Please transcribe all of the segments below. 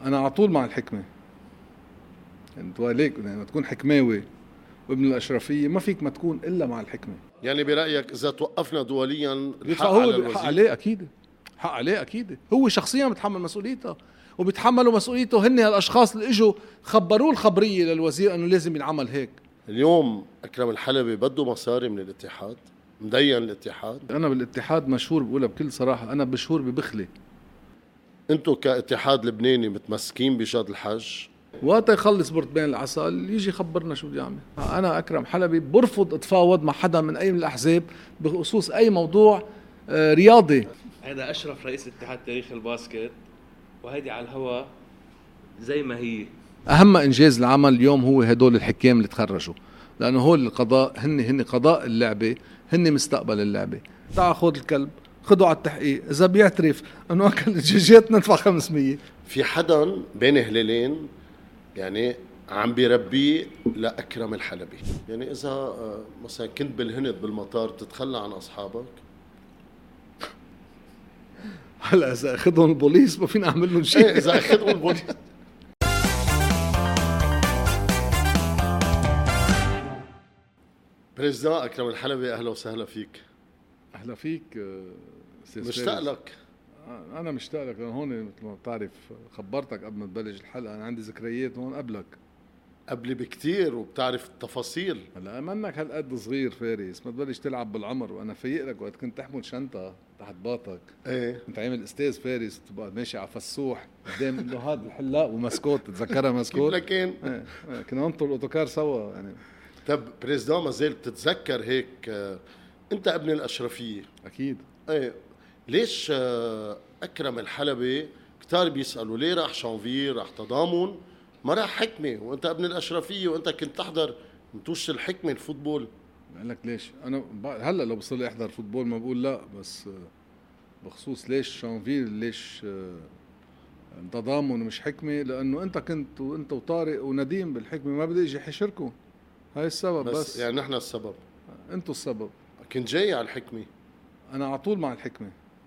انا على طول مع الحكمه. انت ليك لما تكون حكماوي وابن الاشرفيه ما فيك ما تكون الا مع الحكمه. يعني برأيك إذا توقفنا دوليا بيدفع الحق على هو حق الوزير؟ عليه اكيد. حق عليه اكيد، هو شخصيا بيتحمل مسؤوليتها، وبيتحملوا مسؤوليته هن الاشخاص اللي اجوا خبروه الخبريه للوزير انه لازم ينعمل هيك. اليوم أكرم الحلبي بده مصاري من الاتحاد، مدين الاتحاد. انا بالاتحاد مشهور، بقولها بكل صراحه، انا مشهور ببخلي. أنتوا كاتحاد لبناني متمسكين بشاد الحج؟ وقت يخلص برتبين العسل يجي يخبرنا شو بده يعمل. انا اكرم حلبي برفض اتفاوض مع حدا من اي من الاحزاب بخصوص اي موضوع رياضي. هذا اشرف رئيس اتحاد تاريخ الباسكت، وهيدي على الهوا زي ما هي. اهم انجاز العمل اليوم هو هدول الحكام اللي تخرجوا، لانه هول القضاء هن قضاء اللعبه، هن مستقبل اللعبه. تعال خذ الكلب خذوا على التحقيق، اذا بيعترف انه اكل الدجاجات ندفع 500. في حدا بين هلالين يعني عم بيربيه لأكرم الحلبي. يعني إذا مثلا كنت بالهند بالمطار بتتخلى عن أصحابك؟ هلا اذا اخذهم البوليس ما فينا اعمل لهم شيء. إيه إذا أخذهم البوليس. بريزدان أكرم الحلبي، أهلا وسهلا فيك. اهلا فيك أستاذ مشتاق فارس. لك. انا مشتاق لك، لأن هون مثل ما بتعرف خبرتك قبل ما تبلش الحلقه، انا عندي ذكريات هون قبلك. قبلي بكتير وبتعرف التفاصيل. هلا منك هالقد صغير فارس، ما تبلش تلعب بالعمر، وانا فايق لك وقت كنت تحمل شنطه تحت باطك. ايه كنت عامل استاذ فارس، تبقى ماشي على فسوح قدام انه هذا الحلاق ومسكوت، تتذكرها كيف مسكوت؟ لكن؟ كنا ننطر الاوتوكار سوا يعني. طب بريزدان ما زال بتتذكر هيك انت ابن الاشرفيه اكيد. ايه ليش اكرم الحلبي كتار بيسالوا ليه راح شانفير، راح تضامن، ما راح حكمه، وانت ابن الاشرفيه وانت كنت تحضر متوش الحكمه الفوتبول؟ بقول لك ليش انا هلا لو بصير لي احضر فوتبول ما بقول لا، بس بخصوص ليش شانفيل، ليش تضامن مش حكمه، لانه انت كنت وانت وطارق ونديم بالحكمه، ما بدي اجي حشركم. هاي السبب بس يعني نحن السبب، انتوا السبب. كنت جاي على الحكمه. انا على طول مع الحكمه.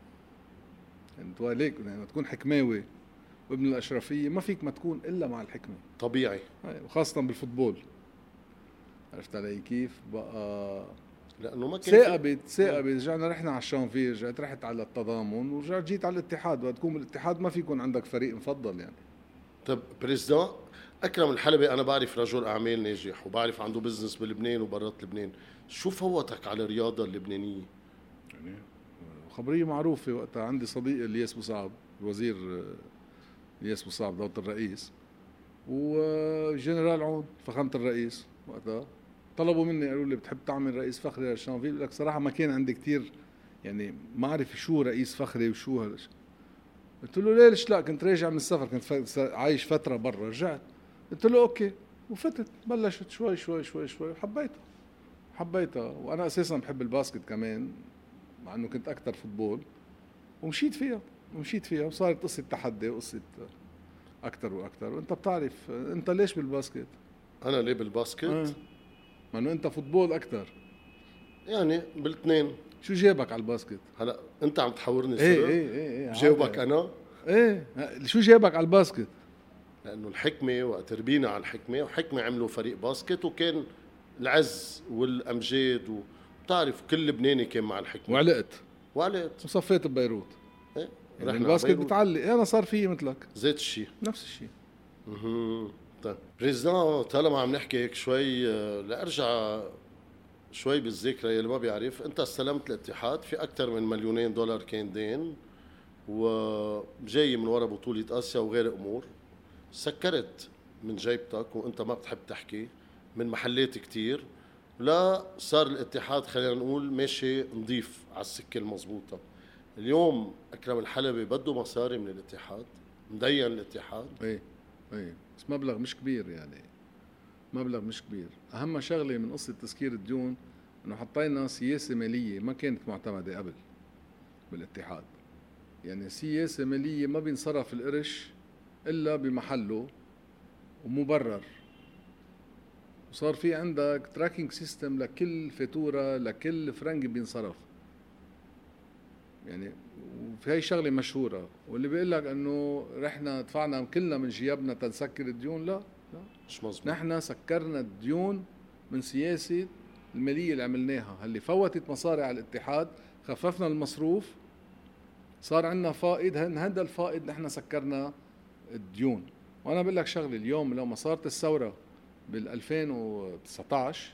انت ليك لما تكون حكماوي وابن الاشرفيه ما فيك ما تكون الا مع الحكمه. طبيعي. وخاصه بالفوتبول. عرفت علي كيف بقى؟ لانه ما كان ثاقبت رجعنا رحنا على الشانفير، رحت على التضامن، ورجعت جيت على الاتحاد. وقت تكون بالاتحاد ما في يكون عندك فريق مفضل يعني. طب بريزدان اكرم الحلبي، انا بعرف رجل اعمال ناجح وبعرف عنده بزنس بلبنان وبرات لبنان، شو فوتك على الرياضه اللبنانيه؟ يعني خبريه معروفه، وقتها عندي صديق الياس بوصعب، الوزير الياس بوصعب دوله الرئيس، وجنرال عون فخامه الرئيس، وقتها طلبوا مني قالوا لي بتحب تعمل رئيس فخري للشانفيل؟ لك صراحه ما كان عندي كتير يعني ما اعرف شو رئيس فخري وشو هالشيء. قلت له ليش لا، كنت راجع من السفر، كنت عايش فتره برا، رجعت قلت له اوكي، وفتت بلشت شوي شوي شوي شوي، حبيتها وانا اساسا بحب الباسكت كمان، مع انه كنت اكثر فوتبول، ومشيت فيها وصارت قصه تحدي وقصه اكثر واكثر. وانت بتعرف انت ليش بالباسكت؟ انا ليه بالباسكت؟ مع انه انت فوتبول اكثر. يعني بالاثنين. شو جابك على الباسكت؟ هلا انت عم تحورني ايه ايه جاوبك انا؟ ايه شو جابك على الباسكت؟ لانه الحكمه وقت ربينا على الحكمه، وحكمه عملوا فريق باسكت، وكان العز والامجاد وبتعرف كل لبناني كان مع الحكمه. وعلقت وصفيت ببيروت. ايه يعني الباسكت بتعلق، انا صار فيي مثلك زيت الشيء نفس الشيء. طيب بريزدان، طالما عم نحكي هيك شوي لارجع شوي بالذاكره، يلي ما بيعرف، انت استلمت الاتحاد في اكثر من $2,000,000 كان دين، وجاي من وراء بطوله اسيا وغير امور، سكرت من جيبتك وانت ما بتحب تحكي من محلات كتير، لا صار الاتحاد خلينا نقول ماشي نظيف على السكه المضبوطه. اليوم اكرم الحلبي بده مصاري من الاتحاد، مدين الاتحاد. ايه بس مبلغ مش كبير يعني، مبلغ مش كبير. اهم شغله من قصه تسكير الديون انه حطينا سياسه ماليه ما كانت معتمده قبل بالاتحاد. يعني سياسه ماليه ما بينصرف القرش الا بمحله ومبرر، وصار في عندك تراكينج سيستم لكل فاتوره، لكل فرنك بينصرف. يعني وفي هي شغله مشهوره، واللي بيقول لك انه رحنا دفعنا كلنا من جيابنا تنسكر الديون، لا لا، مش مزبوط. نحن سكرنا الديون من سياسه الماليه اللي عملناها، اللي فوتت مصاري على الاتحاد، خففنا المصروف، صار عندنا فائض، هذا الفائض نحن سكرنا الديون. وانا بقول لك شغله، اليوم لو ما صارت الثوره بال 2019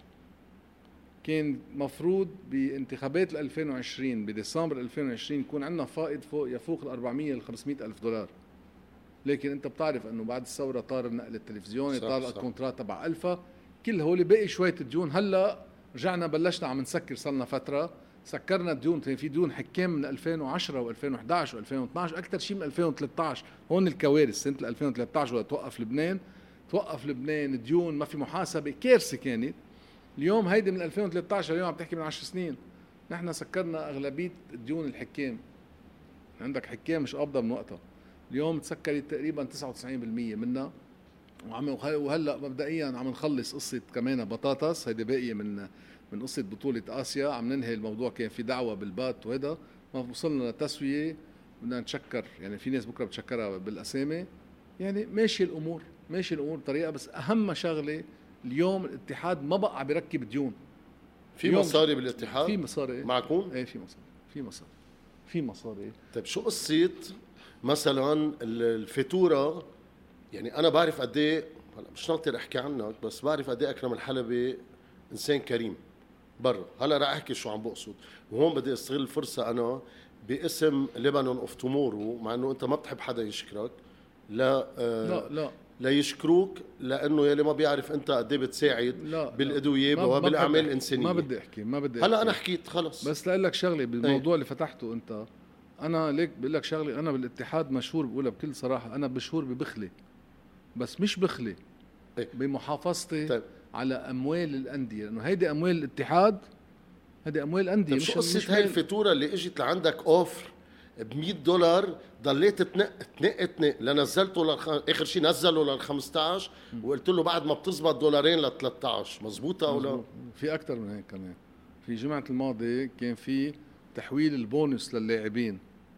كان مفروض بانتخابات 2020 بديسمبر 2020 يكون عندنا فائض يفوق ال 400 ل 500 الف دولار. لكن انت بتعرف انه بعد الثوره طار النقل التلفزيوني، طار الكونترات تبع الفا، كل هول بقي شويه الديون. هلا رجعنا بلشنا عم نسكر، صرنا فتره سكرنا الديون، في ديون حكام من 2010 و2011 و2012 اكثر شيء من 2013. هون الكوارث سنه 2013 وقت توقف لبنان ديون، ما في محاسبه، كارثه كانت. اليوم هيدي من 2013، اليوم عم تحكي من 10 سنين. نحن سكرنا اغلبيه ديون الحكام، عندك حكام مش قابضه من وقتها. اليوم تسكرت تقريبا 99% منها، وهلا مبدئيا عم نخلص قصه كمان بطاطس، هيدي باقيه من قصه بطوله اسيا، عم ننهي الموضوع. كان في دعوه بالبات وهذا ما وصلنا لتسويه، بدنا نتشكر. يعني في ناس بكره بتشكرها بالاسامي. يعني ماشي الامور بطريقه، بس اهم شغله اليوم الاتحاد ما بقى بيركب ديون. في مصاري بالاتحاد؟ في مصاري معكم؟ ايه، في مصاري. طيب شو قصة مثلا الفاتورة؟ يعني أنا بعرف قد إيه، هلا مش ناطر أحكي عنك، بس بعرف قد إيه أكرم الحلبي إنسان كريم برا. هلا رح أحكي شو عم بقصد، وهون بدي أستغل الفرصة أنا باسم ليبانون أوف تومورو، مع إنه أنت ما بتحب حدا يشكرك، لا لا يشكروك، لانه يلي ما بيعرف انت قد ايه بتساعد بالادويه وبالاعمال الانسانيه. ما بدي احكي هلا انا حكيت خلص، بس لاقول لك شغله بالموضوع اللي فتحته انت. انا ليك بقول لك شغله، انا بالاتحاد مشهور، بقولها بكل صراحه، انا مشهور ببخلي، بس مش بخلي بمحافظتي طيب. على اموال الانديه، لانه هيدي اموال الاتحاد، هيدي اموال انديه. طيب شو قصه هاي الفاتوره اللي اجت لعندك اوفر ب$100، ضليت تنق لنزلته اخر شيء نزله لل 15، وقلت له بعد ما بتزبط $2 ل 13، مزبوطه او لا؟ في اكثر من هيك كمان. في جمعه الماضي كان في تحويل البونس للاعبين،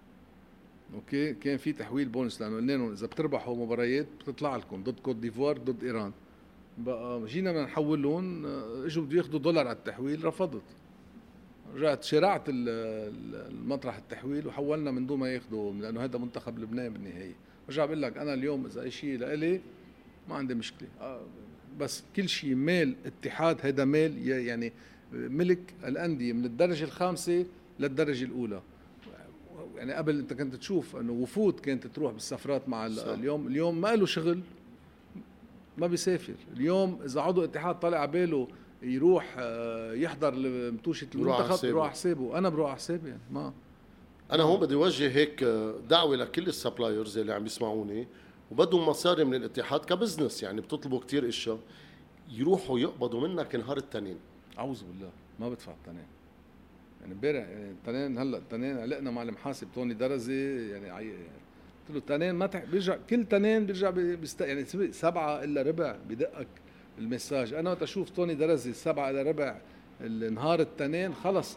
اوكي، كان في تحويل بونس، لانه قلنا لهم اذا بتربحوا مباريات بتطلع لكم ضد كوت ديفوار ضد ايران. بقى جينا بدنا نحول لهم، اجوا بده ياخذوا $، على التحويل، رفضت. رجعت شرعت المطرح التحويل وحولنا من دون ما ياخذوا، لانه هذا منتخب لبنان بالنهايه. برجع بقول لك انا اليوم اذا اي شيء لإلي ما عندي مشكله، بس كل شيء مال اتحاد، هذا مال يعني ملك الانديه من الدرجه الخامسه للدرجه الاولى. يعني قبل انت كنت تشوف انه وفود كانت تروح بالسفرات مع اليوم ما له شغل، ما بيسافر. اليوم اذا عضو اتحاد طالع على باله يروح يحضر متوشة المنتخب، يروح حسابه. انا بروح على حسابي يعني. ما انا هون بدي اوجه هيك دعوه لكل السبلايرز اللي عم يسمعوني وبدهم مصاري من الاتحاد كبزنس، يعني بتطلبوا كتير اشياء، يروحوا يقبضوا منك نهار التنين. اعوذ بالله، ما بدفع التنين. يعني امبارح يعني التنين، هلا التنين علقنا مع المحاسب توني درزي، يعني قلت له التنين ما بيرجع، كل تنين بيرجع يعني 7 إلا ربع بدقك المساج. انا وقت اشوف توني درزي 7 إلا ربع النهار التنين، خلص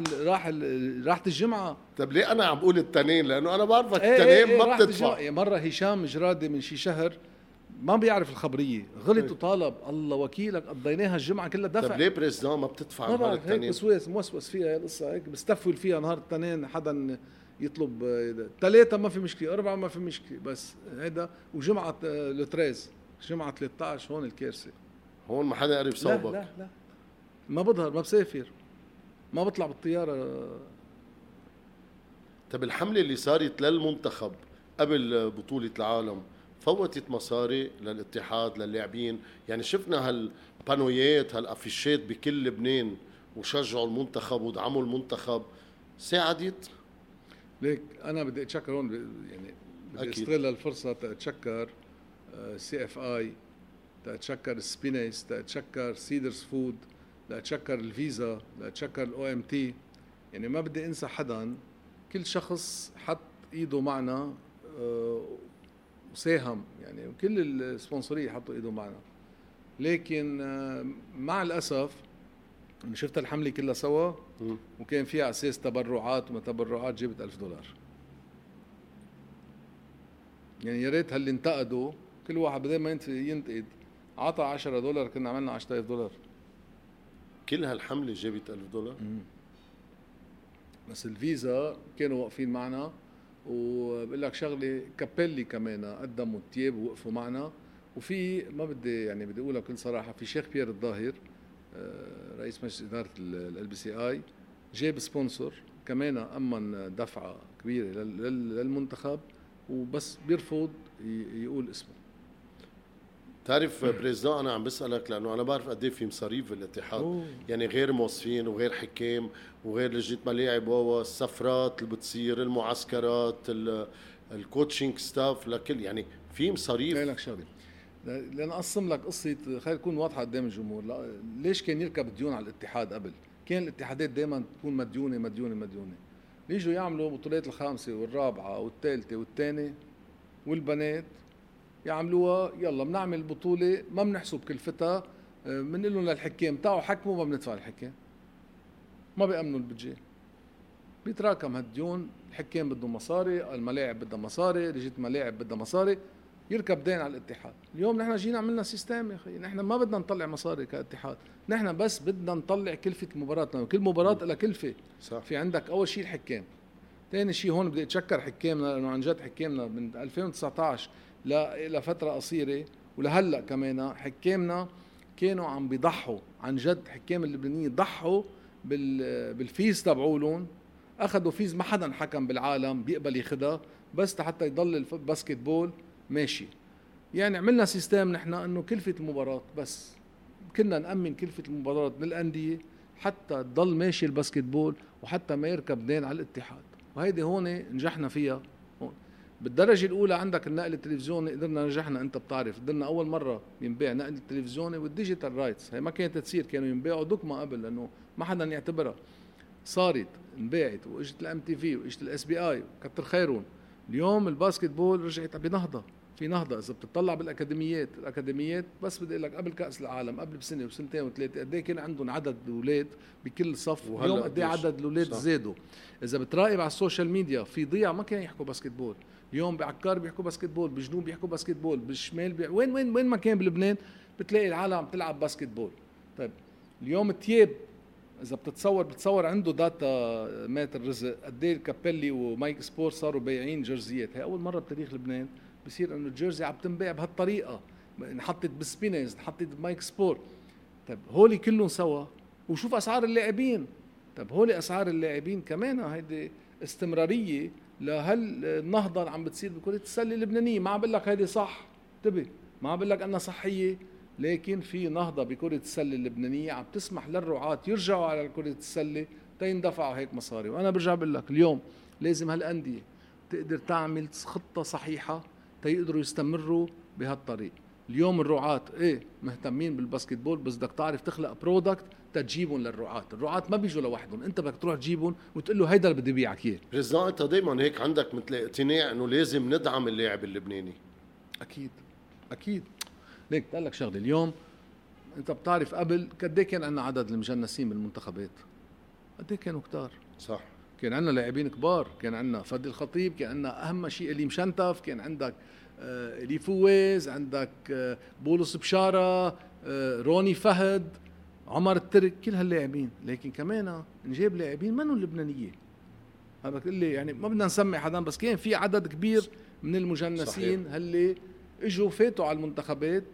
راحت الجمعه. طب ليه انا عم بقول التنين؟ لانه انا بعرفك التنين ما بتدفع. يعني مره هشام جرادي من شي شهر ما بيعرف الخبريه، غلط وطالب، الله وكيلك قضيناها الجمعه كلها دفع. طب ليه بريزدان ما بتدفع نهار التنين؟ هيك موسوس فيها هي القصه، هيك بستفول فيها نهار التنين. حدا يطلب 3 ما في مشكله، 4 ما في مشكله، بس هيدا. وجمعه التريز، جمعه 13 هون الكارثه. هون ما حدا قرب صوبك. لا ما بظهر، ما بسافر، ما بطلع بالطياره. طب الحمله اللي صارت للمنتخب قبل بطوله العالم فوتت مصاري للاتحاد للاعبين؟ يعني شفنا هالبانويات هالافيشات بكل لبنان وشجعوا المنتخب ودعموا المنتخب، ساعدت؟ ليك انا بدي اتشكر هون، يعني بدي استغل الفرصه تتشكر CFI، تتشكر سبينيس، تتشكر سيدرز فود، تتشكر الفيزا، تتشكر الOMT. يعني ما بدي انسى حدا، كل شخص حط ايده معنا وساهم، يعني وكل السبونسوريه حطوا ايده معنا. لكن مع الاسف أنا شفت الحملة كلها سوا وكان فيها أساس تبرعات وما تبرعات جابت $1000. يعني يا ريت هاللي انتقدوا كل واحد بدل ما ينتقد عطى $10 كنا عملنا $10,000. كل هالحملة جابت $1000. بس الفيزا كانوا واقفين معنا، وبقول لك شغله كابيلي كمان قدموا التياب ووقفوا معنا. وفي ما بدي يعني بدي اقولها بكل صراحه، في شيخ بيير الظاهر رئيس مجلس اداره LBCI جاب سبونسر كمان امن دفعه كبيره للمنتخب، وبس بيرفض يقول اسمه. تعرف بريزدان، انا عم بسالك لانه انا بعرف قد ايه في مصاريف بالاتحاد. يعني غير موظفين وغير حكام وغير لجنه ملاعب السفرات اللي بتصير، المعسكرات، الكوتشنج ستاف، لكل يعني في مصاريف. لك شغله لان اقسم لك قصه خلينا تكون واضحه قدام الجمهور. ليش كان يركب ديون على الاتحاد قبل؟ كان الاتحادات دائما تكون مديونه مديونه مديونه، بيجوا يعملوا بطولات الخامسه والرابعه والثالثه والثانيه والبنات يعملوها، يلا بنعمل بطوله ما بنحسب كلفتها، بنقول لهم للحكام تعوا حكموا، ما بندفع الحكام، ما بيأمنوا البجيه، بيتراكم هالديون. الحكام بدهم مصاري، الملاعب بدها مصاري، لجنه الملاعب بدها مصاري، يركب دين على الاتحاد. اليوم نحن جينا عملنا سيستم يا اخي، نحن ما بدنا نطلع مصاري كاتحاد، نحن بس بدنا نطلع كلفه المباراه، لانه كل مباراه لها كلفه. صح. في عندك اول شيء الحكام، ثاني شيء هون بدي اتشكر حكامنا لانه عن جد حكامنا من 2019 لفتره قصيره ولهلا كمان حكامنا كانوا عم بيضحوا عن جد. حكام اللبنانيين ضحوا بالفيز تبعولهم، اخذوا فيز ما حدا حكم بالعالم بيقبل ياخذها بس حتى يضل الباسكت بول ماشي. يعني عملنا سيستم نحن انه كلفة المباراة بس كنا نأمن كلفة المباراة للأندية حتى تضل ماشي الباسكت بول وحتى ما يركب دين على الاتحاد، وهيدي هون نجحنا فيها. هون بالدرجة الأولى عندك النقل التلفزيوني قدرنا نجحنا، أنت بتعرف قدرنا أول مرة ينباع نقل التلفزيوني والديجيتال رايتس، هي ما كانت تصير، كانوا ينباعوا دكما قبل لأنه ما حدا يعتبرها، صارت انباعت واجت الMTV واجت الSBI كتر خيرهم. اليوم الباسكت بول رجعت بنهضة، في نهضة. إذا بتطلع الأكاديميات بس بدي أقول لك قبل كأس العالم قبل بسنة وسنتين وثلاثة قد إيه كان عندهم عدد الأولاد بكل صف، اليوم قد إيه عدد الأولاد زادوا. إذا بتراقب على السوشيال ميديا في ضياع ما كان يحكوا باسكت بول، اليوم بعكار بيحكوا باسكت بول، بجنوب بيحكوا باسكت بول، بالشمال وين ما كان بلبنان بتلاقي العالم عم تلعب باسكت بول. طيب اليوم التياب إذا بتتصور عنده داتا مات الرزق قد إيه الكابيلي ومايك سبور صاروا بايعين جرزيات. هي أول مرة بتاريخ لبنان بصير انه الجيرزي عم تنباع بهالطريقه، انحطت بسبينز، انحطت بمايك سبور. طيب هولي كلهم سوا وشوف اسعار اللاعبين. طيب هولي اسعار اللاعبين كمان هيدي استمراريه لهالنهضه اللي عم بتصير بكره السله اللبنانيه. ما عم بقول لك هيدي صح، انتبه، ما عم بقول لك انها صحيه، لكن في نهضه بكره السله اللبنانيه عم تسمح للرعاة يرجعوا على كره السله تيندفعوا هيك مصاري. وانا برجع بقول لك اليوم لازم هالانديه تقدر تعمل خطه صحيحه تيقدروا يستمروا بهالطريق. اليوم الرعاة مهتمين بالباسكت بول، بس بدك تعرف تخلق برودكت تجيبهم للرعاة. الرعاة ما بيجوا لوحدهم، انت بدك تروح تجيبهم وتقول له هيدا اللي بدي بيعك اياه. بريزدان انت دائما هيك عندك مثل اقتناع انه لازم ندعم اللاعب اللبناني. اكيد ليك بدي لك شغله، اليوم انت بتعرف قبل قد ايه كان عندنا عدد المجنسين بالمنتخبات؟ قد ايه كانوا كتار؟ صح. كان عندنا لاعبين كبار، كان عندنا فادي الخطيب، كان عندنا اهم شيء اللي مشنتف، كان عندك إلي فويز، عندك بولس بشارة، روني فهد، عمر الترك، كل هاللاعبين. لكن كمان نجيب لاعبين منهم لبنانية. هذا اللي يعني ما بدنا نسمي حدا، بس كان في عدد كبير من المجنسين هاللي اجوا فاتوا على المنتخبات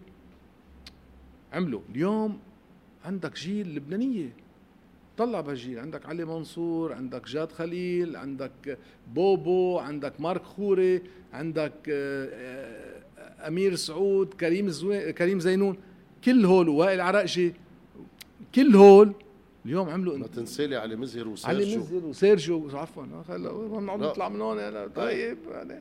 عملوا. اليوم عندك جيل لبنانية، طلع بهالجيل، عندك علي منصور، عندك جاد خليل، عندك بوبو، عندك مارك خوري، عندك أمير سعود، كريم زينون، كل هول، وائل عرقجي، كل هول اليوم عملوا. ما تنسالي علي مزهر وسيرجيو عفوا ما بنعود نطلع من هون. طيب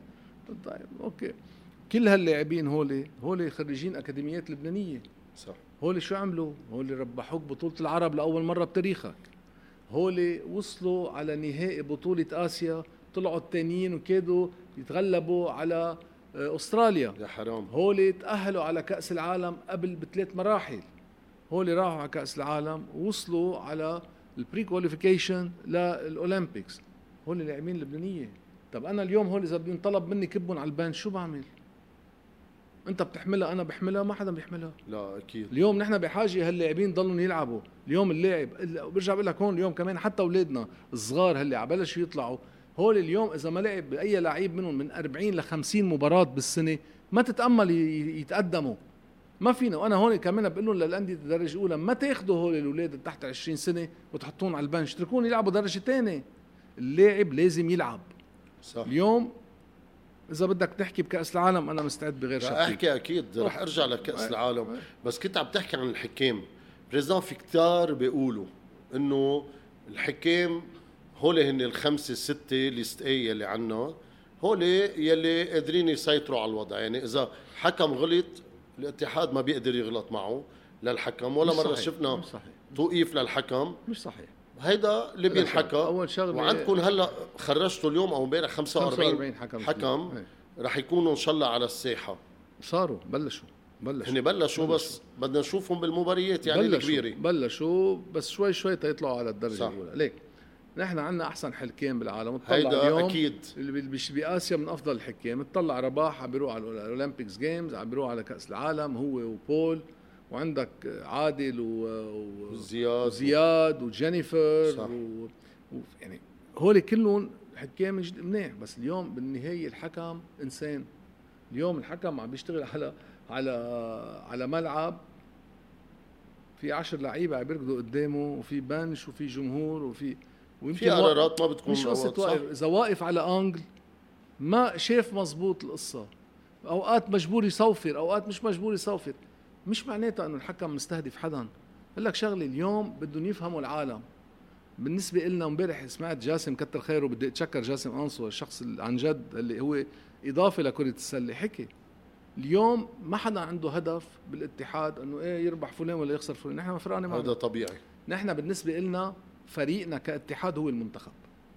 اوكي، كل هاللاعبين هول خريجين اكاديميات لبنانيه. صح. هول شو عملوا؟ هول ربحوك بطوله العرب لاول مره بتاريخك، هول وصلوا على نهائي بطوله اسيا، طلعوا الثانيين وكادوا يتغلبوا على استراليا. يا حرام. هول تاهلوا على كاس العالم قبل ب3 مراحل. هول راحوا على كأس العالم ووصلوا على البري كواليفيكيشن للأولمبيكس. هول لاعبين لبنانية. طب أنا اليوم هول إذا بينطلب مني كبهم على البنش شو بعمل؟ أنت بتحملها أنا بحملها، ما حدا بيحملها. لا أكيد. اليوم نحن بحاجة هاللاعبين ضلوا يلعبوا. اليوم اللاعب برجع بقول لك هون اليوم كمان حتى أولادنا الصغار هاللي عبلشوا يطلعوا هول اليوم إذا ما لعب أي لعيب منهم من 40 ل 50 مباراة بالسنة ما تتأمل يتقدموا. ما فينا. وانا هون كمان بقول لهم للانديه الدرجه الاولى ما تاخذوا هول الاولاد تحت 20 سنه وتحطون على البنش، اتركون يلعبوا درجه ثانيه. اللاعب لازم يلعب. صح. اليوم اذا بدك تحكي بكاس العالم انا مستعد بغير شك. رح احكي اكيد، رح ارجع لكاس العالم، بس كنت عم تحكي عن الحكام. بريزدان في كتار بيقولوا انه الحكام هول هن الخمسه سته ليست اي اللي عنا، هول يلي قادرين يسيطروا على الوضع. يعني اذا حكم غلط الاتحاد ما بيقدر يغلط معه للحكم، ولا مرة شفنا توقيف للحكم. مش صحيح. هيدا اللي بينحكى. أول شغلة وعندكم هلا خرجتوا اليوم أو امبارح 45 حكم رح يكونوا إن شاء الله على الساحة. صاروا بلشوا هن بلشوا بس بدنا نشوفهم بالمباريات يعني الكبيرة. بلشوا بس شوي شوي تيطلعوا على الدرجة الأولى. ليك نحن عندنا أحسن حكام بالعالم. هيدا اليوم أكيد اللي بآسيا من أفضل الحكام. اطلع رباح عم بيروح على الأولمبيكس جيمز، عم بيروح على كأس العالم هو وبول، وعندك عادل وزياد وجينيفر يعني هول كلهم حكام منيح. بس اليوم بالنهاية الحكم إنسان. اليوم الحكم عم بيشتغل على ملعب في 10 لعيبة عم بيركضوا قدامه، وفي بنش وفي جمهور وفي قرارات ما بتكون مش قصة واقف. إذا واقف على أنجل ما شاف مزبوط القصة، أوقات مجبور يصوفر أوقات مش مجبور يصوفر. مش معناتها أنه الحكم مستهدف حدا. قال لك شغلة اليوم بدهم يفهموا العالم. بالنسبة لنا امبارح سمعت جاسم كتر خيره، بدي أتشكر جاسم أنصو الشخص عن جد اللي هو إضافة لكرة السلة. حكي اليوم ما حدا عنده هدف بالاتحاد أنه إيه يربح فلان ولا يخسر فلان. نحن ما فرقنا معنا. هذا طبيعي. نحن بالنسبة لنا فريقنا كاتحاد هو المنتخب.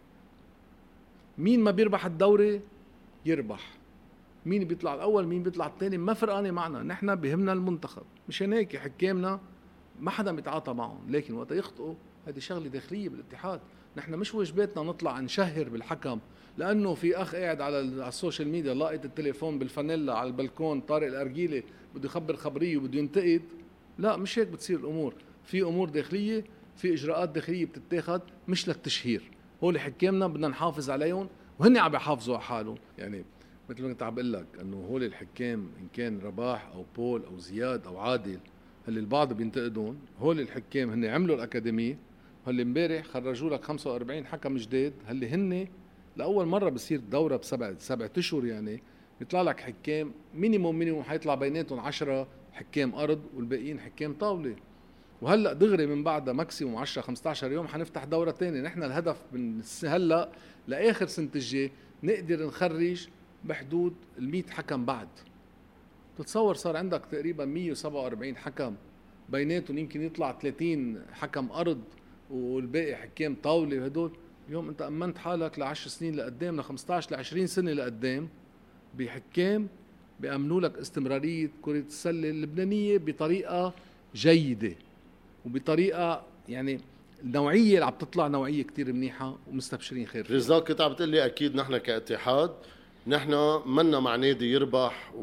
مين ما بيربح الدوري يربح، مين بيطلع الأول مين بيطلع الثاني ما فرقانة معنا. نحن بهمنا المنتخب. مشان هيك حكامنا ما حدا بيتعاطى معهم. لكن وقت يخطئوا هذه شغلة داخلية بالاتحاد. نحن مش واجباتنا نطلع نشهر بالحكم لأنه في أخ قاعد على السوشيال ميديا لاقط التليفون بالفانيلا على البلكون طارق الأرجيلي بده يخبر خبرية وبده ينتقد. لا مش هيك بتصير الأمور. في أمور داخلية، في إجراءات داخلية بتتاخد مش للتشهير. هول حكامنا بدنا نحافظ عليهم وهن عم يحافظوا على حالهم. يعني مثل ما كنت عم بقول لك انه هول الحكام ان كان رباح او بول او زياد او عادل اللي البعض بينتقدون، هول الحكام هن عملوا الاكاديميه. هاللي امبارح خرجوا لك 45 حكم جداد، هاللي هن لاول مره بصير دوره بسبعة اشهر. يعني يطلع لك حكام مينيموم حيطلع بيناتهم 10 حكام ارض والباقيين حكام طاوله. وهلا دغري من بعدها ماكسيموم 10 15 يوم حنفتح دوره ثانيه. نحن الهدف من هلا لاخر سنه الجاي نقدر نخرج بحدود 100 حكم. بعد تتصور صار عندك تقريبا 147 حكم، بيناتهم يمكن يطلع 30 حكم ارض والباقي حكام طاوله. وهدول اليوم انت امنت حالك ل10 سنين لقدام، ل 15 ل 20 سنه لقدام بحكام بيأمنوا لك استمراريه كره السله اللبنانيه بطريقه جيده وبطريقه يعني النوعيه اللي عم تطلع نوعيه كتير منيحه ومستبشرين خير. رزاق كنت عم بتقول لي اكيد نحن كاتحاد نحن منا مع نادي يربح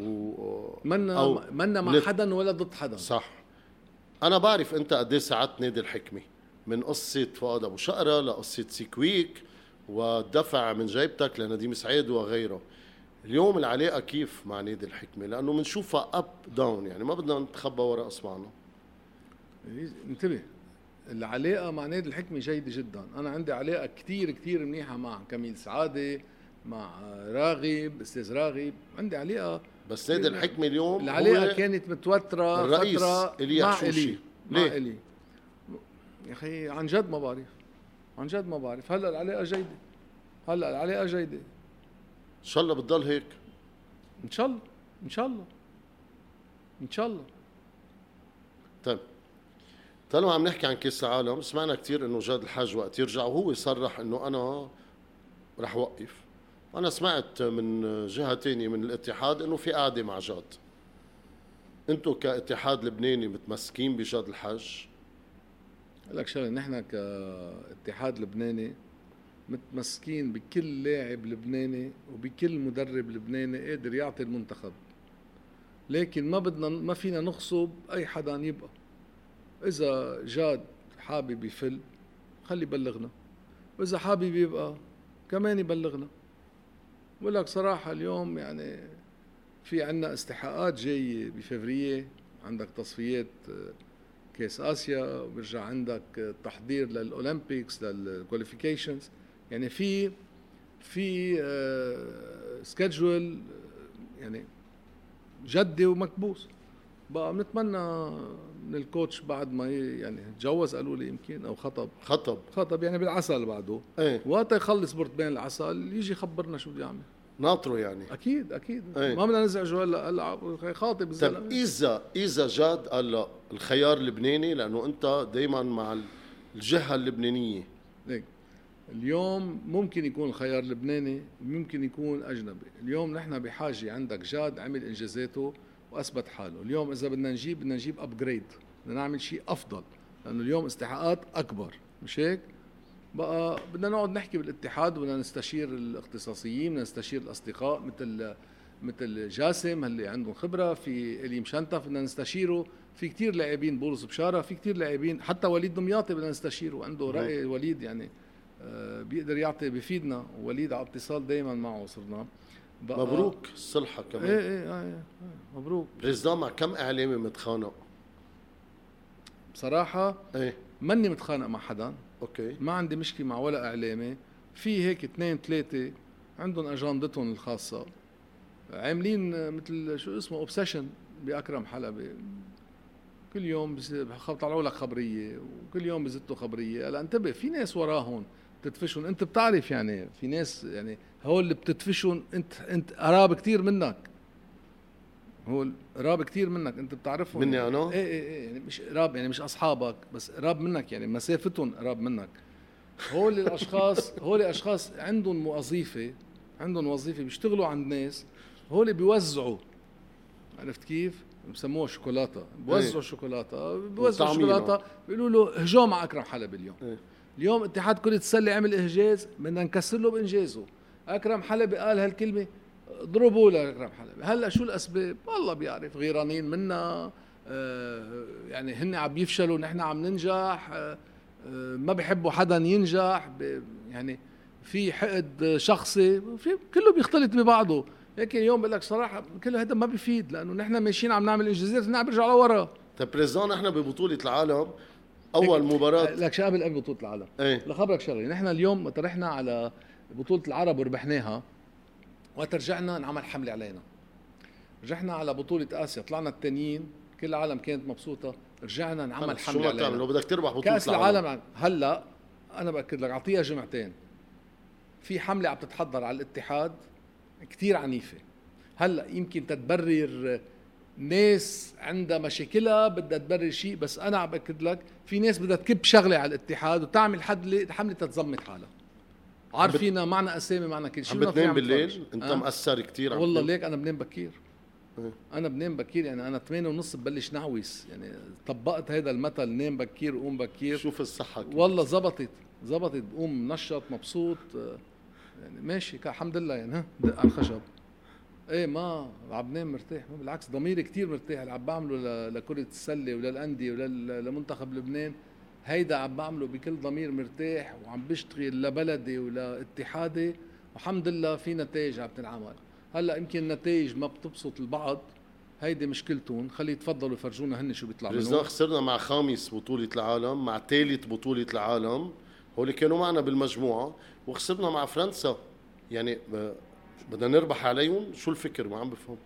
منا مع حدا ولا ضد حدا. صح. انا بعرف انت قد ايه ساعدت نادي الحكمه من قصه فؤاد ابو شقره لقصه سيكويك والدفع من جيبتك لنديم سعيد وغيره. اليوم العلاقه كيف مع نادي الحكمه؟ لانه بنشوفها اب داون، يعني ما بدنا نتخبى وراء اصبعنا. انتبه، العلاقه مع نادي الحكمه جيده جدا. انا عندي علاقه كتير كتير منيحه مع كميل سعاده، مع راغب، استاذ راغب، عندي علاقه. بس نادي الحكمه اليوم العلاقه كانت متوتره الرئيس فتره مع إلي. ليه؟ يا اخي عن جد ما بعرف. هلا العلاقه جيده. ان شاء الله بتضل هيك. ان شاء الله. طيب طالما عم نحكي عن كأس العالم، سمعنا كتير انه جاد الحاج وقت يرجع وهو يصرح انه انا رح وقف. انا سمعت من جهة تانية من الاتحاد انه في قاعدة مع جاد. انتم كاتحاد لبناني متمسكين بجد الحج؟ لك شغله، نحن كاتحاد لبناني متمسكين بكل لاعب لبناني وبكل مدرب لبناني قادر يعطي المنتخب، لكن ما فينا نغصب اي حدا يبقى. اذا جاد حابب يفل خلي يبلغنا، واذا حابب يبقى كمان يبلغنا. ولك صراحه اليوم يعني في عنا استحقاقات جايه بفبراير، عندك تصفيات كاس اسيا، وبرجع عندك تحضير للاولمبيكس للكواليفيكيشنز، يعني في سكيدجول يعني جدي ومكبوس. بقى بنتمنى من الكوتش بعد ما يعني تجوز قالوا لي يمكن او خطب يعني بالعسل بعده، ايه وقت يخلص برتبين العسل يجي يخبرنا شو بده يعمل. ناطره يعني. اكيد ايه. ما بدنا نزعجه هلا خاطب الزلمه. طيب اذا جاد هلا الخيار اللبناني، لانه انت دائما مع الجهه اللبنانيه، ليك اليوم ممكن يكون خيار لبناني وممكن يكون اجنبي. اليوم نحن بحاجه، عندك جاد عمل انجازاته واثبت حاله. اليوم اذا بدنا نجيب ابجريد، بدنا نعمل شيء افضل، لانه اليوم استحقاقات اكبر، مش هيك؟ بقى بدنا نقعد نحكي بالاتحاد، وبدنا نستشير الاختصاصيين، بدنا نستشير الاصدقاء مثل جاسم اللي عندهم خبره، في اليم شنتف بدنا نستشيره، في كتير لاعبين، بولس بشاره، في كتير لاعبين، حتى وليد دمياطي بدنا نستشيره، عنده راي. وليد يعني بيقدر يعطي، بيفيدنا. وليد على اتصال دائما معه صرنا. مبروك الصلحه كمان. ايه مبروك. بريزدان مع كم اعلامي متخانق؟ بصراحه ايه ماني متخانق مع حدا، اوكي، ما عندي مشكله مع ولا اعلامي. في هيك 2-3 عندهم اجندتهم الخاصه، عاملين مثل شو اسمه اوبسيشن باكرم حلبي، كل يوم بيطلعوا لك خبريه، وكل يوم بزتوا خبريه. هلا انتبه، في ناس وراهم بتدفشهم، انت بتعرف يعني في ناس يعني هول اللي بتدفشهم، انت قراب كثير منك، هول قراب كثير منك، انت بتعرفهم مني انا؟ ايه يعني مش قراب، يعني مش اصحابك بس قراب منك، يعني مسافتهم قراب منك. هول الاشخاص عندهم وظيفه بيشتغلوا عند ناس، هول بيوزعوا، عرفت كيف؟ بسموها شوكولاته، بيوزعوا شوكولاته، بيقولوا له هجوم على اكرم حلبي اليوم. اليوم اتحاد كرة السلة عمل إنجاز، بدنا نكسر له بإنجازه. أكرم حلبي قال هالكلمة، ضربوا لأكرم حلبي. هلا شو الأسباب؟ والله بيعرف، غيرانين منا، يعني هن عم يفشلوا، نحن عم ننجح، ما بيحبوا حدا ينجح، يعني في حقد شخصي، في كله بيختلط ببعضه. هيك اليوم بقول لك صراحة كل هذا ما بيفيد، لأنه نحن ماشيين عم نعمل إنجازات، نحن عم نرجع لورا. طيب بريزدان، نحن ببطولة العالم اول مباراة لك شو قبل بطولة العالم، ايه؟ لخبرك شغله، نحن اليوم طرحنا على بطولة العرب وربحناها، وقت رجعنا انعمل حملة علينا. رجعنا على بطولة اسيا، طلعنا التانيين، كل العالم كانت مبسوطة، رجعنا انعمل حملة علينا. شو ما تعمل لو بدك تربح بطولة كأس العالم؟ هلا انا باكد لك، اعطيها جمعتين، في حملة عم تتحضر على الاتحاد كتير عنيفة. هلا يمكن تتبرر ناس عندها مشاكلها بدها تبرر شيء، بس انا عم باكد لك في ناس بدها تكب شغله على الاتحاد وتعمل حمله تتزمت حالها. عارفين معنا اسامي، معنا كل شيء. عم بتنام بالليل؟ انت مأثر كتير. والله ليك انا بنام بكير. انا بنام بكير، يعني انا 8:30 ببلش نعويس، يعني طبقت هيدا المثل، نام بكير قوم بكير. شوف الصحه كيف. والله زبطت بقوم منشط مبسوط، يعني ماشي الحمد لله، يعني دق على الخشب. ايه ما عم بنام مرتاح، بالعكس ضميري كتير مرتاح. اللي عم بعمله لكرة السلة وللأندية ولمنتخب لبنان، هيدا عم بعمله بكل ضمير مرتاح، وعم بشتغل لبلدي ولاتحادي، والحمد لله في نتائج عم تنعمل. هلا يمكن النتائج ما بتبسط البعض، هيدي مشكلتهم، خلي يتفضلوا يفرجونا هن شو بيطلع منهم. خسرنا مع خامس بطولة العالم، مع ثالث بطولة العالم، هول كانوا معنا بالمجموعة، وخسرنا مع فرنسا. يعني بدنا نربح عليهم؟ شو الفكر؟ ما عم بفهم.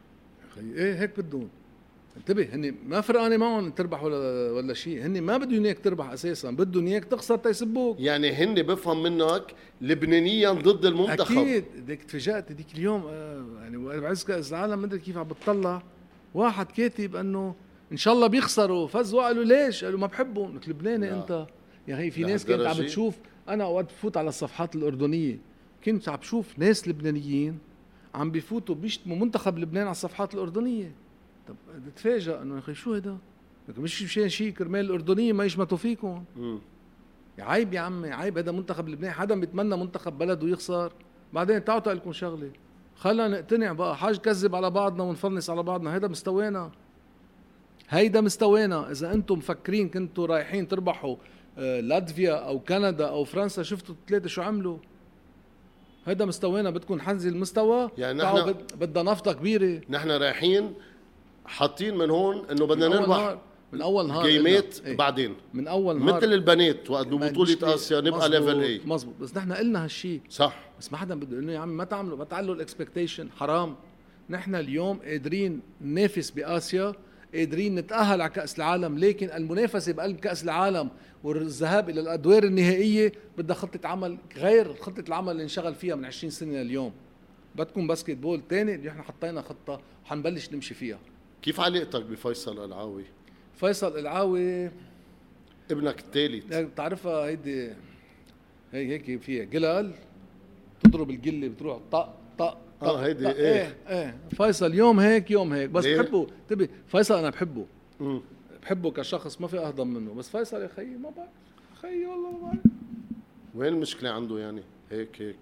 ايه هيك بدهم. انتبه، هن ما فرقانه معهم تربح ولا شيء، هن ما بدهم اياك تربح اساسا، بدهم اياك تخسر تيسبوك. يعني هن بفهم منك لبنانيا ضد المنتخب. اكيد. ديك تفاجأت ديك اليوم، يعني بعز كأس العالم مدري كيف عم بتطلع واحد كاتب انه ان شاء الله بيخسروا، فزوا قالوا ليش؟ قالوا ما بحبهم. قلت لبناني انت يا هي. في ناس كانت عم بتشوف، انا اوقات بفوت على الصفحات الاردنيه، كنت عم بشوف ناس لبنانيين عم بيفوتوا بيشتموا منتخب لبنان على الصفحات الاردنيه. طب تتفاجئ انه يا اخي شو هيدا؟ مش مشان شيء كرمال الاردنيين ما يشمتوا فيكم. عيب يا عمي، عيب. هذا منتخب لبنان، حدا بيتمنى منتخب بلده يخسر؟ بعدين تعطوا لكم شغله، خلينا نقتنع بقى، حاج كذب على بعضنا ونفلنس على بعضنا. هيدا مستوانا، هيدا مستوانا. اذا انتم مفكرين كنتوا رايحين تربحوا لاتفيا او كندا او فرنسا، شفتوا الثلاثه شو عملوا؟ هيدا مستوانا. بدكم نحنزل المستوى؟ يعني نحن بدنا نفطه كبيره. نحن رايحين حاطين من هون انه بدنا نربح من اول نهار جيمات. بعدين من اول نهار مثل البنات وقت ببطوله اسيا نبقى ليفل اي. مزبوط. بس نحن قلنا هالشيء صح، بس ما حدا بده يقول لنا يا عم ما تعلوا الاكسبكتيشن. حرام. نحن اليوم قادرين ننافس باسيا، قادرين نتاهل على كاس العالم، لكن المنافسه بقلب كاس العالم والذهاب الى الادوار النهائيه بدها خطه عمل غير خطه العمل اللي انشغل فيها من 20 سنه لليوم. بدكم باسكت بول تاني اللي احنا حطينا خطه وحنبلش نمشي فيها. كيف علاقتك بفيصل العاوي؟ فيصل العاوي ابنك الثالث، بتعرفها هيدي، هيك فيها قلال تضرب القله بتروح طق طق طق. هيدي طق. ايه فيصل يوم هيك يوم هيك. بس ليه؟ بحبه. تبي فيصل انا بحبه كشخص، ما في اهضم منه. بس فيصل يا خيي ما بعرف، خيي والله ما بعرف وين المشكله عنده يعني. هيك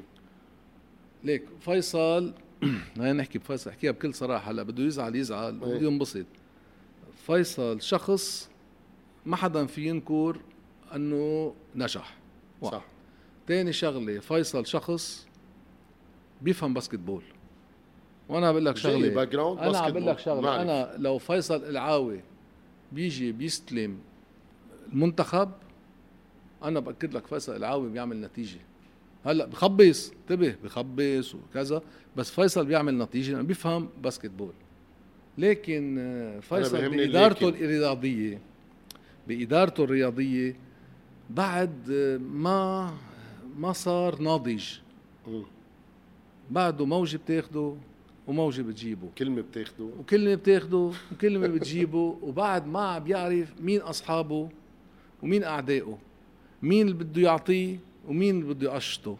ليك فيصل خلينا نحكي بفيصل، احكيها بكل صراحه. هلا بده يزعل بده ينبسط. فيصل شخص ما حدا في ينكر انه نجح. صح. تاني شغله، فيصل شخص بيفهم باسكت بول. وانا بقول لك شغله، انا عم بقول لك شغله، انا لو فيصل العاوي بيجي بيستلم المنتخب، انا باكد لك فيصل العاوي بيعمل نتيجه. هلا بخبص، انتبه، بخبص وكذا، بس فيصل بيعمل نتيجه لانه بيفهم باسكت بول. لكن فيصل بإدارته الرياضية بعد ما صار ناضج. بعده موجة بتاخده وموجة بتجيبه، كلمة بتاخده وكلمة بتاخده وكلمة بتجيبه، وبعد ما بيعرف مين أصحابه ومين أعدائه، مين اللي بده يعطيه ومين اللي بده يقشطه.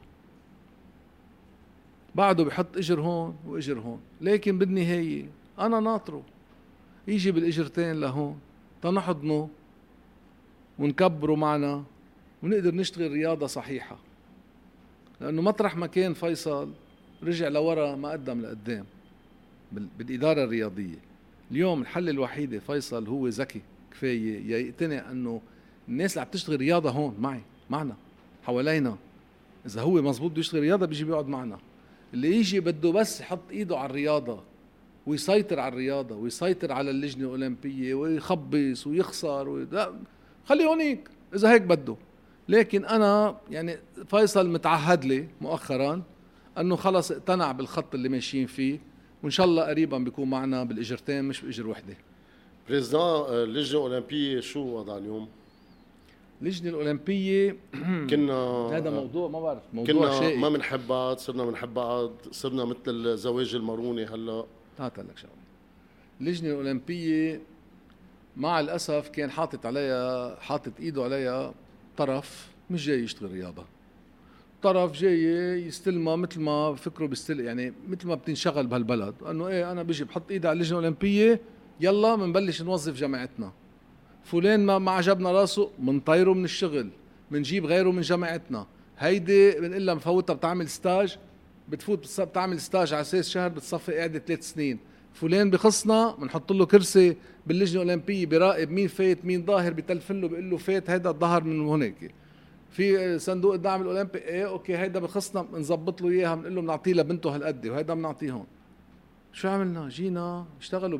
بعده بيحط إجر هون وإجر هون. لكن بالنهاية أنا ناطره يجي بالإجرتين لهون تنحضنه ونكبره معنا ونقدر نشتغل رياضة صحيحة. لأنه مطرح ما كان فيصل رجع لورا ما قدم لقدام بالإدارة الرياضية. اليوم الحل الوحيد فيصل هو ذكي كفاية يقتنع أنه الناس اللي عم تشتغل رياضة هون معنا حوالينا، إذا هو مزبوط بده يشتغل رياضة بيجي بيقعد معنا. اللي يجي بده بس يحط إيده على الرياضة ويسيطر على الرياضة ويسيطر على اللجنة الأولمبية ويخبص ويخسر لا، خليه هونيك إذا هيك بده. لكن أنا يعني فيصل متعهد لي مؤخرا أنه خلص اقتنع بالخط اللي ماشيين فيه، وإن شاء الله قريبا بيكون معنا بالإجرتين مش بإجر وحدة. بريزدان اللجنة الأولمبية شو وضع اليوم؟ اللجنة الأولمبية كنا هذا موضوع ما بعرف، موضوع شيء ما بنحب بعض، صرنا بنحب بعض، صرنا مثل الزواج الماروني. هلا هات لك شغله، اللجنة الأولمبية مع الأسف كان حاطط إيده عليها طرف مش جاي يشتغل رياضة، طرف جاي يستلمها مثل ما فكره بيستلم، يعني مثل ما بتنشغل بهالبلد انه ايه انا بيجي بحط ايدي على اللجنة الأولمبية يلا بنبلش نوظف جامعتنا، فلان ما عجبنا راسه منطيره من الشغل، منجيب غيره من جامعتنا، هيدي بنقول لها مفوتها بتعمل ستاج، بتفوت بتعمل ستاج على اساس شهر بتصفي قاعدة 3 سنين، فلان بخصنا بنحط له كرسي باللجنة الأولمبية براقب مين فات مين ظاهر، بتلفن له بيقول له فات هيدا الظهر من هناك، في صندوق الدعم الأولمبي ايه اوكي هيدا بخصنا بنظبط له اياها، بنقول له بنعطيه لبنته هالقد وهيدا بنعطيه هون. شو عملنا؟ جينا اشتغلوا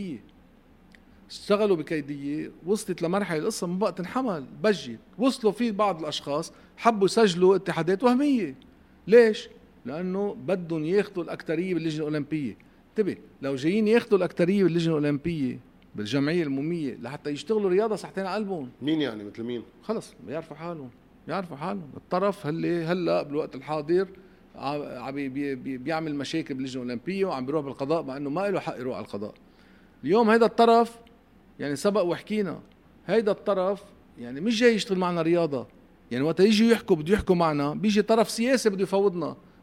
بكيدية، وصلت لمرحلة القصة من بقى تنحمل بجت، وصلوا في بعض الأشخاص حبوا يسجلوا اتحادات وهمية. ليش؟ لأنه بدهم ياخدوا الأكترية باللجنة الأولمبية. انتبه، لو جايين ياخدوا الأكترية باللجنة الأولمبية بالجمعية المومية لحتى يشتغلوا رياضة ساعتين على قلبهم، مين يعني مثل مين؟ خلص بيعرفوا حالهم الطرف اللي هلا بالوقت الحاضر بيعمل مشاكل باللجنة الأولمبية وعم بيروح بالقضاء مع انه ما له حق يروح على القضاء. اليوم هيدا الطرف يعني سبق وحكينا، هيدا الطرف يعني مش جاي يشتغل معنا رياضة، يعني وقت يجي يحكوا بده يحكوا معنا بيجي طرف سياسي بده يفوضنا،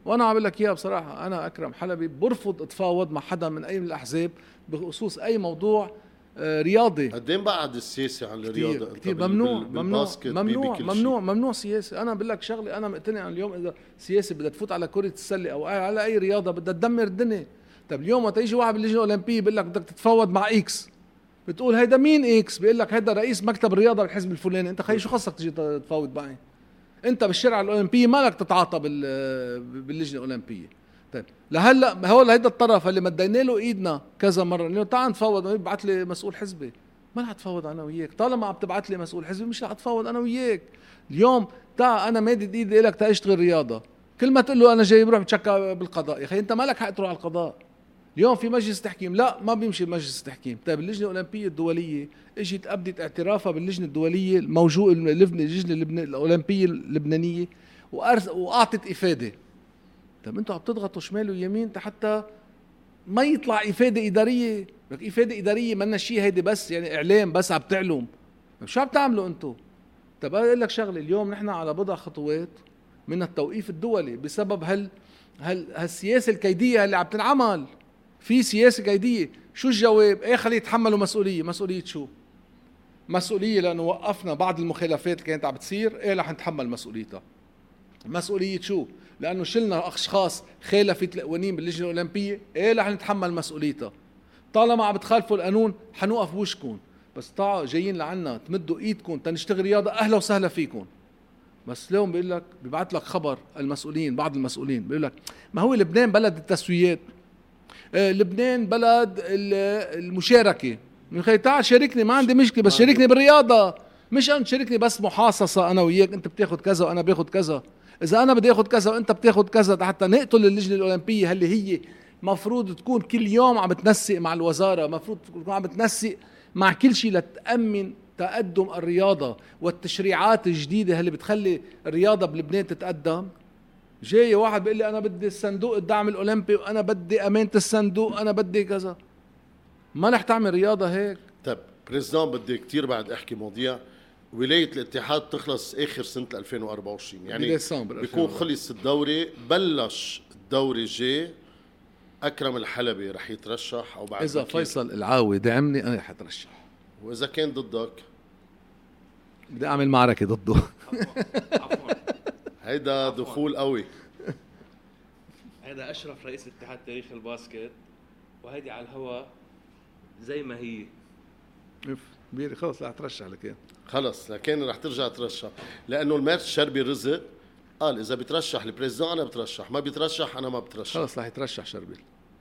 وانا عم بقول لك اياها بصراحه، انا اكرم حلبي برفض اتفاوض مع حدا من اي من الاحزاب بخصوص اي موضوع رياضي. قدام بعد السياسه عن الرياضه؟ كتير ممنوع بالباسكت ممنوع بكل ممنوع شيء. ممنوع سياسه. انا بقول لك شغله، انا مقتنع اليوم اذا سياسه بدها تفوت على كره السله او على اي رياضه بدها تدمر الدنيا. طب اليوم وقت يجي واحد باللجنه الاولمبيه بيقول لك بدك تتفاوض مع اكس، بتقول هيدا مين اكس؟ بيقول لك هيدا رئيس مكتب الرياضه بالحزب الفلاني. انت خي شو خصك تجي تتفاوض معي؟ انت بالشرعه الاولمبيه مالك تتعاطى باللجنه الاولمبيه. طيب لهلا هو هيدا الطرف اللي مدينا له ايدنا كذا مره انه تعال نتفاوض، يبعث لي مسؤول حزبي. ما رح اتفاوض انا وياك طالما عم تبعث لي مسؤول حزبي، مش رح اتفاوض انا وياك. اليوم تعال انا مادد ايدي لك تاشتغل رياضه، كل ما تقول له انا جاي بروح بتشكى بالقضاء، يا اخي انت مالك حق تروح على القضاء. اليوم في مجلس تحكيم، لا ما بيمشي مجلس التحكيم. طيب اللجنه الاولمبيه الدوليه اجت ابدت اعترافها باللجنه الدوليه الموجود اللجنه الاولمبيه اللبنانيه واعطت افاده. طيب انتوا عم تضغطوا شمال ويمين حتى ما يطلع افاده اداريه. لك افاده اداريه منا شيء، هيدي بس يعني اعلام بس عم تعلم. شو عم تعملوا انتوا؟ طيب اقول لك شغله، اليوم نحن على بضع خطوات من التوقيف الدولي بسبب هالسياسه الكيديه اللي عم تنعمل. في سياسه كيديه، شو الجواب؟ ايه خليه يتحملوا مسؤوليه. مسؤوليه شو؟ مسؤوليه لانه وقفنا بعض المخالفات اللي كانت عم بتصير، ايه رح نتحمل مسؤوليتها. مسؤوليه شو؟ لانه شلنا اشخاص خالفت القوانين باللجنه الاولمبيه، ايه رح نتحمل مسؤوليتها. طالما عم بتخالفوا القانون حنوقف بوشكم، بس طلعوا جايين لعنا تمدوا ايدكم تنشتغل رياضه، اهلا وسهلا فيكم. بس اليوم بيقول لك بيبعت لك خبر المسؤولين، بعض المسؤولين بيقول لك ما هو لبنان بلد التسويات، لبنان بلد المشاركه. من خي تعال شاركني، ما عندي مشكله، بس شاركني بالرياضه، مش انت شاركني بس محاصصه انا وياك، انت بتاخد كذا وانا باخد كذا. اذا انا بدي اخد كذا وانت بتاخد كذا حتى نقتل اللجنه الاولمبيه اللي هي مفروض تكون كل يوم عم بتنسق مع الوزاره، مفروض تكون عم بتنسق مع كل شيء لتامن تقدم الرياضه والتشريعات الجديده اللي بتخلي الرياضه بلبنان تتقدم. جاي واحد بيقول لي انا بدي الصندوق الدعم الاولمبي وانا بدي امانه الصندوق، انا بدي كذا. ما رح تعمل رياضه هيك. طيب بريزدان، بدي كتير بعد احكي مواضيع. ولايه الاتحاد تخلص اخر سنه 2024، يعني بيكون خلص الدوري، بلش الدوري الجاي. اكرم الحلبي رح يترشح او بعد اذا فيصل العاوي دعمني انا رح اترشح، واذا كان ضدك بدي اعمل معركه ضده. هيدا دخول قوي. هيدا اشرف رئيس اتحاد تاريخ الباسكت، وهيدي على الهوا زي ما هي. كبير خلص رح اترشح لكن خلص لكن رح ترجع ترشح، لانه المارس شربي رزق قال اذا بترشح البريزيدان انا بترشح، ما بترشح انا ما بترشح. خلص رح يترشح شربي.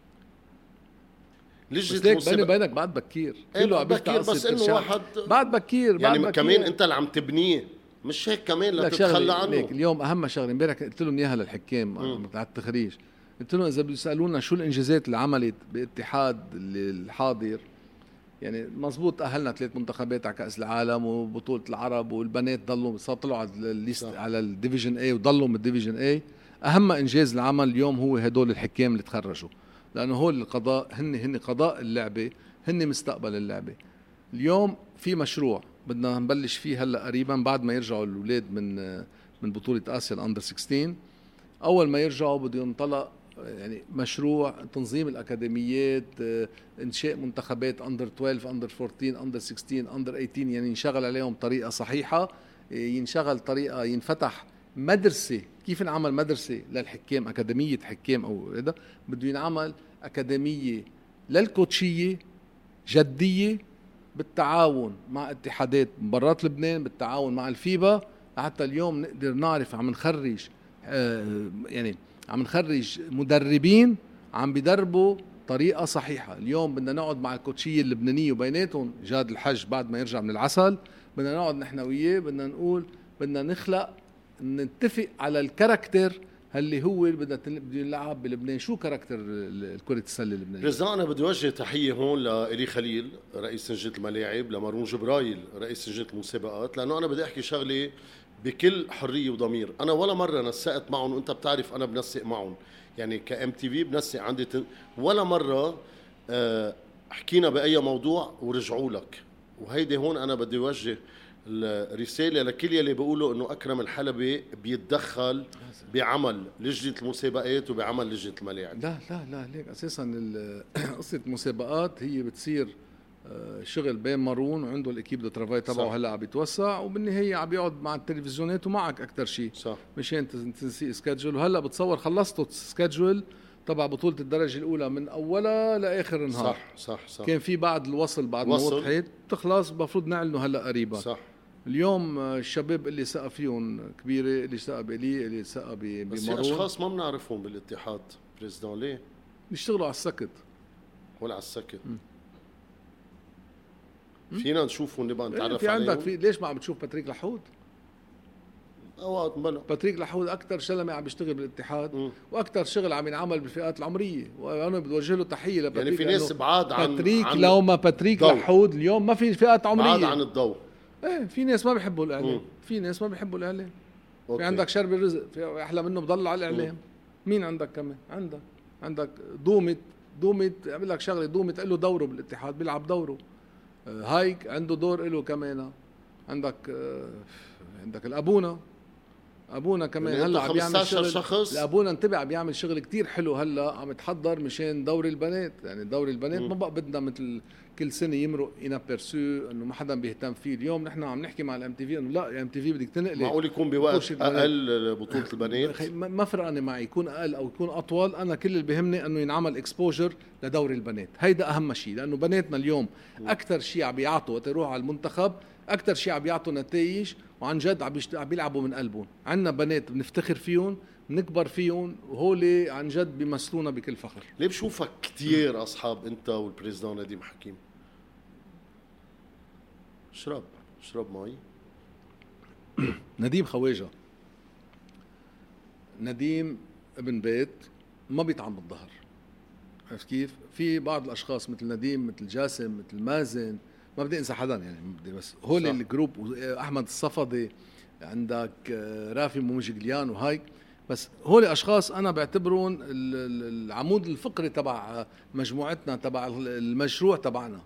لجنة بس بيني وبينك بعد بكير، كله عم بكير، بس انه واحد بعد بكير يعني بعد كمان بكير. انت اللي عم تبنيه، مش هيك كمان لا تتخلى عنه. اليوم اهم شغله امبارح قلت لهم اياها للحكام على التخريج، قلت لهم اذا بيسالونا شو الانجازات اللي عملت باتحاد الحاضر، يعني مزبوط تاهلنا 3 منتخبات على كاس العالم وبطوله العرب، والبنات ضلوا طلعوا على الليست على الديفيجن اي وضلوا بالديفيجن اي. اهم انجاز العمل اليوم هو هدول الحكام اللي تخرجوا، لانه هو القضاء هن قضاء اللعبه، هن مستقبل اللعبه. اليوم في مشروع بدنا نبلش فيه هلا قريبا بعد ما يرجعوا الاولاد من بطوله اسيا الاندر 16. اول ما يرجعوا بده ينطلق يعني مشروع تنظيم الاكاديميات، انشاء منتخبات اندر 12 اندر 14 اندر 16 اندر 18، يعني ينشغل عليهم طريقه صحيحه، ينشغل طريقه، ينفتح مدرسه. كيف نعمل مدرسه للحكام، اكاديميه حكام او هذا، بده ينعمل اكاديميه للكوتشيه جديه بالتعاون مع اتحادات برات لبنان، بالتعاون مع الفيبا، حتى اليوم نقدر نعرف عم نخرج يعني عم نخرج مدربين عم بيدربوا طريقة صحيحة. اليوم بدنا نقعد مع الكوتشية اللبنانية وبيناتهم جاد الحج بعد ما يرجع من العسل، بدنا نقعد نحن وياه، بدنا نقول بدنا نخلق نتفق على الكاركتر اللي هو بدنا نلعب بلبنان. شو كاركتر كرة السلة اللبنانية؟ رزا أنا بدي وجه تحية هون لإلي خليل رئيس لجنة الملاعب، لمارون جبرايل رئيس لجنة المسابقات، لأنه أنا بدي أحكي شغلة بكل حرية وضمير. أنا ولا مرة نسقت معهم، وأنت بتعرف أنا بنسق معهم، يعني كأم تي في بنسق عندي ولا مرة حكينا بأي موضوع ورجعوا لك. وهيدي هون أنا بدي وجه الرسالة لكل يلي بيقولوا انه اكرم الحلبي بيتدخل بعمل لجنة المسابقات وبعمل لجنة الملاعب. لا ليك اساسا قصه المسابقات هي بتصير شغل بين مارون وعنده الاكيب دو ترافاي تبعه هلا عم بيتوسع، وبالنهايه عم بيقعد مع التلفزيونات ومعك اكثر شيء صح مشان تنسي سكادجول. وهلا بتصور خلصتوا سكادجول تبع بطوله الدرجه الاولى من اولها لاخر النهار. صح كان في بعد الوصل بعد ما وضحت تخلص المفروض نعلنه هلا قريبا. صح. اليوم الشباب اللي سقى فيهم كبيره، اللي سقى بلي، اللي سقى بمارون، بس في اشخاص ما بنعرفهم بالاتحاد بريزدان ليه؟ بيشتغلوا على السكت ولا على السكت. فينا نشوفهم نبقى نتعرف في عليهم. عندك ليش ما عم بتشوف باتريك لحود؟ اوقات بلا باتريك لحود اكثر شلمه عم بيشتغل بالاتحاد واكثر شغل عم ينعمل بالفئات العمريه، وانا بدي اوجه له تحيه لباتريك. يعني في ناس بعاد عن باتريك لو ما باتريك لحود اليوم ما في فئات عمريه، بعاد عن الضوء. ايه في ناس ما بيحبوا الاعلام، في ناس ما بيحبوا الاعلام. في عندك شرب الرزق، في احلى منه بضل على الاعلام. مين عندك كمان؟ عندك دومت بقول لك شغله، دومت له دوره بالاتحاد بيلعب دوره. هايك عنده دور له كمان. عندك ابونا كمان يعني هلا عم بيعمل شغل. شخص ابونا انتبه عم بيعمل شغل كتير حلو، هلا عم يتحضر مشان دوري البنات. يعني دوري البنات ما بقى بدنا مثل كل سنه يمرق انابيرسو انه ما حدا بيهتم فيه. اليوم نحن عم نحكي مع الام تي في انه لا، ام تي في بدك تنقلي. معقول يكون بوقت اقل بطوله البنات؟ ما فرقني معي يكون اقل او يكون اطول. انا كل اللي بيهمني انه ينعمل اكسبوجر لدوري البنات، هيدا اهم شيء. لانه بناتنا اليوم اكثر شيء عم بيعطوا وقت يروحوا على المنتخب، اكثر شيء عم بيعطوا نتائج، وعن جد عم بيلعبوا من قلبهم. عندنا بنات بنفتخر فيهم، بنكبر فيهم، وهولي عن جد بيمثلونا بكل فخر. ليه بشوفك كتير اصحاب انت والبريزيدان نديم حكيم؟ اشرب مي. نديم خواجه، نديم ابن بيت، ما بيطعم بالظهر. عرفت كيف؟ في بعض الاشخاص مثل نديم، مثل جاسم، مثل مازن، ما بدي انسى حدا يعني، بس هول الجروب. احمد الصفدي، عندك رافي مومجليان وهايك. بس هول اشخاص انا بعتبرهم العمود الفقري تبع مجموعتنا، تبع المشروع تبعنا.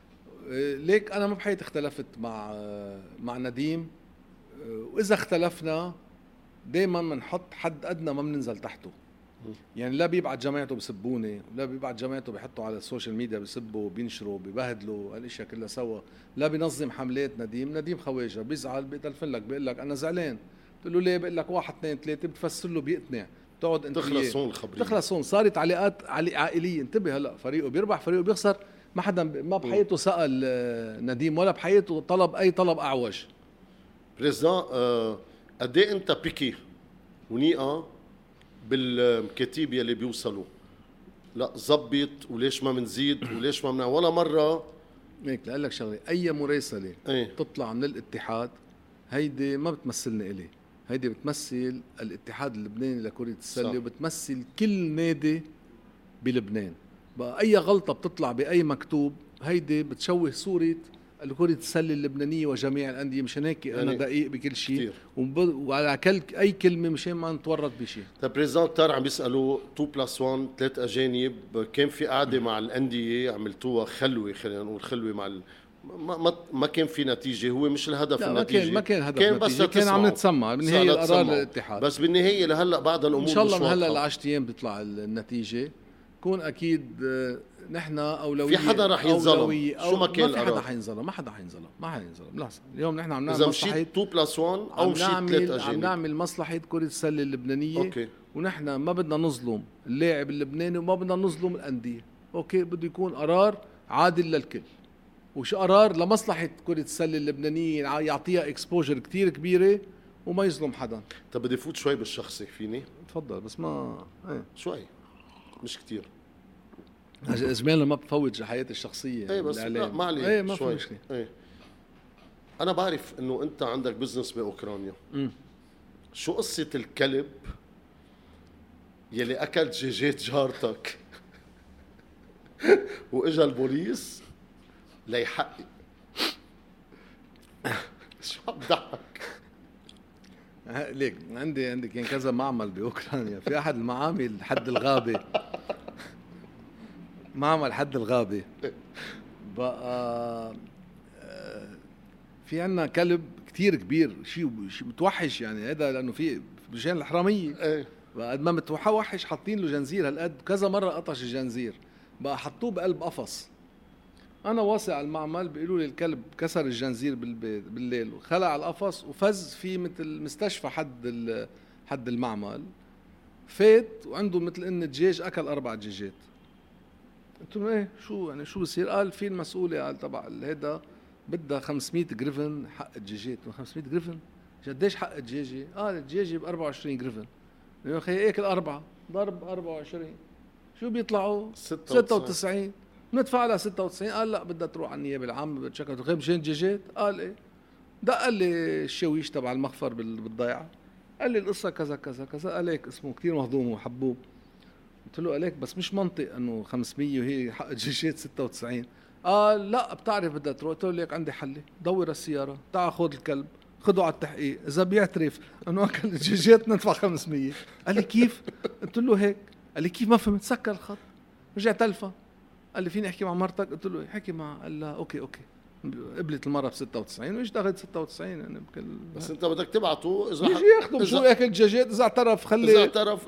ليك انا ما بحياتي اختلفت مع نديم، واذا اختلفنا دائما بنحط حد ادنى ما بننزل تحته. يعني لا بيبعت جماعته بسبوني، ولا بيبعت جماعته بيحطوا على السوشيال ميديا بسبوا بينشروا ببهدلوا هالاشياء كلها سوا. لا بينظم حملات. نديم خواجه بيزعل، بيتلفن لك بيقول لك انا زعلان. بتقول له ليه؟ بيقول لك 1 2 3، بتفسر له بيقتنع. بتقعد انت تخلص هون الخبريه، تخلص هون. صارت علاقات عائليه. انتبه هلا فريقه بيربح فريقه بيخسر، ما حدا ما بحياته سأل نديم ولا بحياته طلب اي طلب اعوج. بريزدان قد ايه انت بيكي ونيقه بالمكاتيب يلي بيوصلوا؟ لا زبط، وليش ما منزيد، وليش ما ولا مره هيك لاقول لك شغله، اي مراسله تطلع من الاتحاد هيدي ما بتمثلني الي، هيدي بتمثل الاتحاد اللبناني لكرة السله، وبتمثل كل نادي بلبنان. بقى اي غلطه بتطلع باي مكتوب هيدي بتشوه صوره كرة السله اللبنانيه وجميع الانديه. مشان هيك يعني انا دقيق بكل شيء، وعلى اي كلمه مشان ما نتورط بشيء. طيب بريزيدان كتار عم بيسالوا 2+1 3 اجانب، كان في قعده مع الانديه عملتوها خلوه، خلينا نقول خلوه مع ما كان في نتيجه. هو مش الهدف النتيجه، ما كان هدف كان نتيجة، كان عم نتسمع بالنهايه القرار للاتحاد. بس بالنهايه لهلا بعض الامور ان شاء الله من هلا ل10 ايام بيطلع النتيجه. كون اكيد نحن اولويه. في حدا رح ينظلم شو ما كان القرار. ما حدا حينظلم لحظه. اليوم نحن عم نعمل مصلحه 2+1 او مشيت 3 اجانب، عم نعمل مصلحه كرة السله اللبنانيه. ونحن ما بدنا نظلم اللاعب اللبناني وما بدنا نظلم الانديه. اوكي، بده يكون قرار عادل للكل، وش قرار لمصلحه كرة السله اللبنانيه، يعطيها اكسبوجر كتير كبيره وما يظلم حدا. طب بدي فوت شوي بالشخصي، فيني؟ تفضل. بس ما شوي، مش كتير. زميلنا ما بفوت حياتي الشخصيه. ايه بس لا ما عليه. ما شوي. ايه انا بعرف انه انت عندك بزنس باوكرانيا. شو قصه الكلب يلي اكل دجاجات جارتك واجا البوليس ليحقق؟ شو عم ضحك؟ ليك عندي كان كذا معمل باوكرانيا. في احد المعامل حد الغابه، معمل حد الغابه بقى. في عنا كلب كتير كبير، شيء متوحش يعني، هذا لانه في مشان الحراميه. ايه بعد ما متوحش حاطين له جنزير هالقد، كذا مره قطش الجنزير، بقى حطوه بقلب قفص. انا واصل على المعمل بيقولوا لي الكلب كسر الجنزير بالليل وخلع القفص وفز في مثل مستشفى حد المعمل، فات وعنده مثل ان الدجاج اكل 4 دجاجات. قلت له ايه شو يعني شو بصير؟ قال في المسؤوله قال تبع هيدا بدها 500 جريفن حق الدجاجات. 500 جريفن قديش حق الدجاجه؟ قال الدجاجه ب 24 جريفن. يا اخي اكل 4 ضرب 24 شو بيطلعوا؟ 96. ندفع لها 96. قال لا بدها تروح على النيابه العامه بتشكل تخيل مشان الدجاجات. قال ايه؟ دق لي الشاويش تبع المخفر بالضيعه، قال لي القصه كذا كذا كذا. قال لك اسمه كثير مهضوم وحبوب. قلت له قال لك بس مش منطق انه 500 وهي حق الدجاجات 96. قال لا بتعرف بدها تروح. قلت له ليك عندي حل، دور السياره تعال خذ الكلب خذه على التحقيق، اذا بيعترف انه اكل الدجاجات ندفع 500. قال لي كيف؟ قلت له هيك. قال لي كيف؟ ما فهمت. سكر الخط رجع تلفى. قال لي فيني احكي مع مرتك؟ قلت له حكي مع. قال لا اوكي قبلت المره ب 96 واشتغلت 96 يعني بكل. بس انت بدك تبعته اذا يجي ياخذوا شو اكل دجاجات، اذا اعترف خلي. اذا اعترف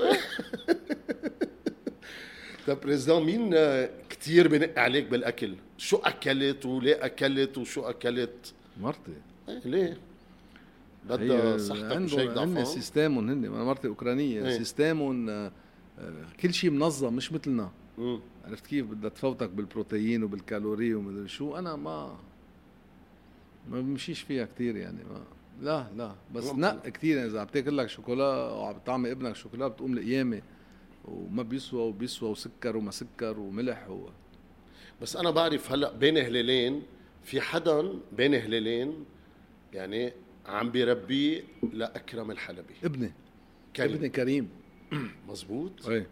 طيب بريزدان مين كتير بنق عليك بالاكل؟ شو اكلت وليه اكلت وشو اكلت؟ مرتي. ليه؟ بدها صحتك مش هيك ضعفان؟ هن سيستمهم، هن مرتي اوكرانيه. سيستمهم كل شيء منظم مش مثلنا. عرفت كيف؟ بدها تفوتك بالبروتين وبالكالوري ومدري شو. انا ما بمشيش فيها كتير يعني. ما لا بس نق كتير يعني. اذا عم تاكل لك شوكولا او عم تعمل ابنك شوكولا بتقوم القيامه وما بيسوى وبيسوى وسكر وما سكر وملح بس انا بعرف هلا بين هلالين في حدا بين هلالين يعني عم بيربيه لأكرم الحلبي. ابني كريم. مزبوط. ايه.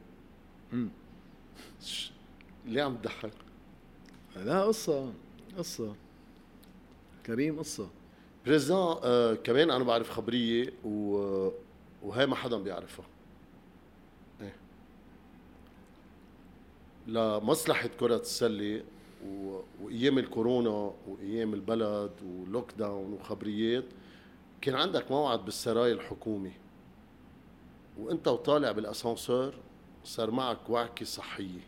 ليه عم تضحك؟ لا قصة كريم قصة بريزدان. كمان انا بعرف خبريه وهي ما حدا بيعرفها. ايه لمصلحه كره السله وايام الكورونا وايام البلد ولوك داون وخبريات، كان عندك موعد بالسراي الحكومي وانت وطالع بالاسانسور صار معك وعكه صحيه.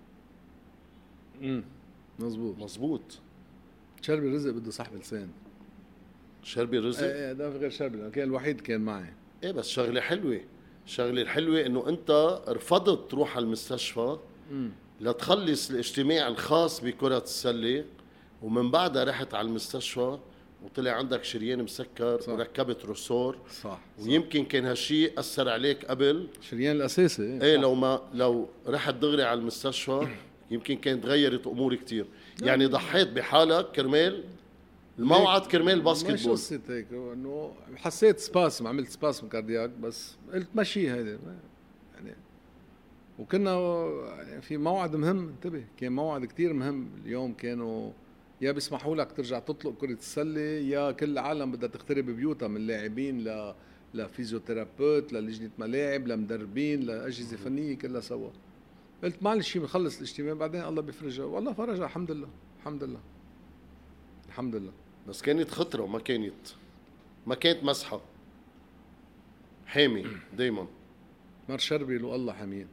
مزبوط. شربي الرزق بده صاحب لسان. شربي الرزق؟ ايه ده غير شربي، كان الوحيد كان معي. ايه بس شغله حلوه. الشغله الحلوه انه انت رفضت تروح على المستشفى لتخلص الاجتماع الخاص بكرة السلة، ومن بعدها رحت على المستشفى وطلع عندك شريان مسكر. صح. وركبت رسور. صح. ويمكن كان هالشيء أثر عليك قبل. شريان الأساسي. ايه لو رحت دغري على المستشفى يمكن كانت تغيرت أمور كتير. يعني ضحيت بحالك كرمال الموعد، كرمال باسكتبول. مش قصة هيك، انه حسيت سباسم، عملت سباسم كاردياك، بس قلت مشي هيدا يعني. وكنا يعني في موعد مهم، انتبه كان موعد كتير مهم اليوم. كانوا يا بيسمحوا لك ترجع تطلق كرة السلة، يا كل العالم بدها تخترب بيوتها، من لاعبين لفيزيوثيرابيوت للجنة ملاعب لمدربين لأجهزة فنية كلها سوا. قلت معلش بنخلص الاجتماع بعدين الله بيفرجها. والله فرجها الحمد لله الحمد لله. بس كانت خطرة وما كانت مسحة. حامي دايما. مر شربي له الله حمين.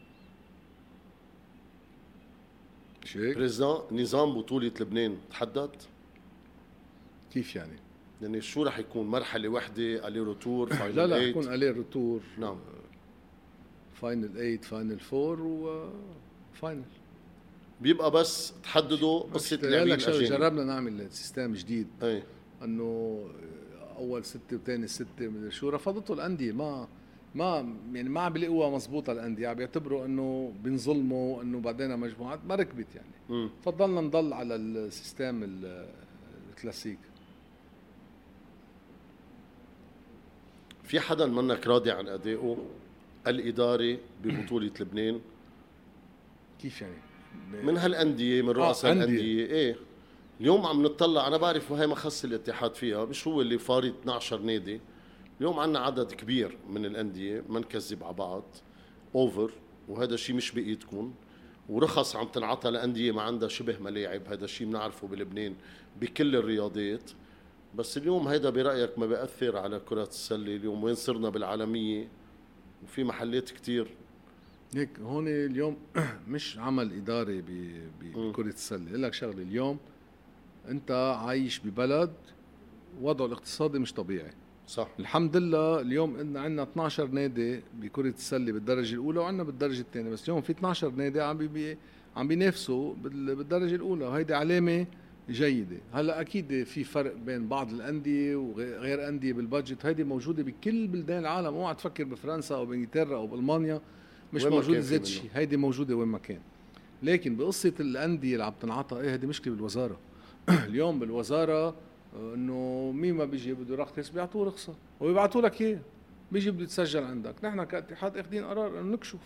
شيك بريزدان نظام بطولة لبنان تحدد؟ كيف يعني؟ يعني شو رح يكون؟ مرحلة واحدة ألي روتور فاينل 8؟ لا يكون ألي روتور. نعم. فاينل 8 فاينل 4 وفاينل. بيبقى بس تحددوا قصة اللاعبين الأجانب. جربنا نعمل سيستم جديد. ايه انه اول 6 وثاني 6 مدري شو، رفضته الأندية. ما يعني ما عم بيلاقوها مزبوطة الأندية، عم بيعتبروا انه بينظلموا، انه بعدين مجموعات ما ركبت يعني. فضلنا نضل على السيستم الكلاسيك. في حدا منك راضي عن أدائه الإداري ببطولة لبنان؟ كيف يعني؟ من هالأندية، من رؤساء الأندية. ايه اليوم عم نطلع، أنا بعرف وهي ما خص الاتحاد فيها، مش هو اللي فارض 12 نادي. اليوم عنا عدد كبير من الأندية، ما نكذب على بعض، أوفر، وهذا شيء مش بإيدكم. ورخص عم تنعطى لأندية ما عندها شبه ملاعب، هذا شيء بنعرفه بلبنان بكل الرياضات. بس اليوم هيدا برأيك ما بيأثر على كرة السلة؟ اليوم وين صرنا بالعالمية وفي محلات كتير. هيك هون اليوم مش عمل إداري بكرة السلة. أقول لك شغلة، اليوم أنت عايش ببلد وضعه الاقتصادي مش طبيعي. صح. الحمد لله اليوم عندنا 12 نادي بكرة السلة بالدرجة الأولى وعندنا بالدرجة الثانية، بس اليوم في 12 نادي عم بينافسوا بالدرجة الأولى، وهيدي علامة جيدة. هلا أكيد في فرق بين بعض الأندية وغير أندية بالبادجت، هيدي موجودة بكل بلدان العالم. اوعى تفكر بفرنسا أو بإنجلترا أو بألمانيا مش موجودة زيت شيء، هيدي موجودة وين ما كان. لكن بقصة الأندية اللي عم تنعطى، هيدي مشكلة بالوزارة. اليوم بالوزارة انه مين ما بيجي بده يرخص بيعطوه رخصه وبيبعتوا لك اياه، بيجي بده يتسجل عندك. نحن كاتحاد اخذين قرار انه نكشف،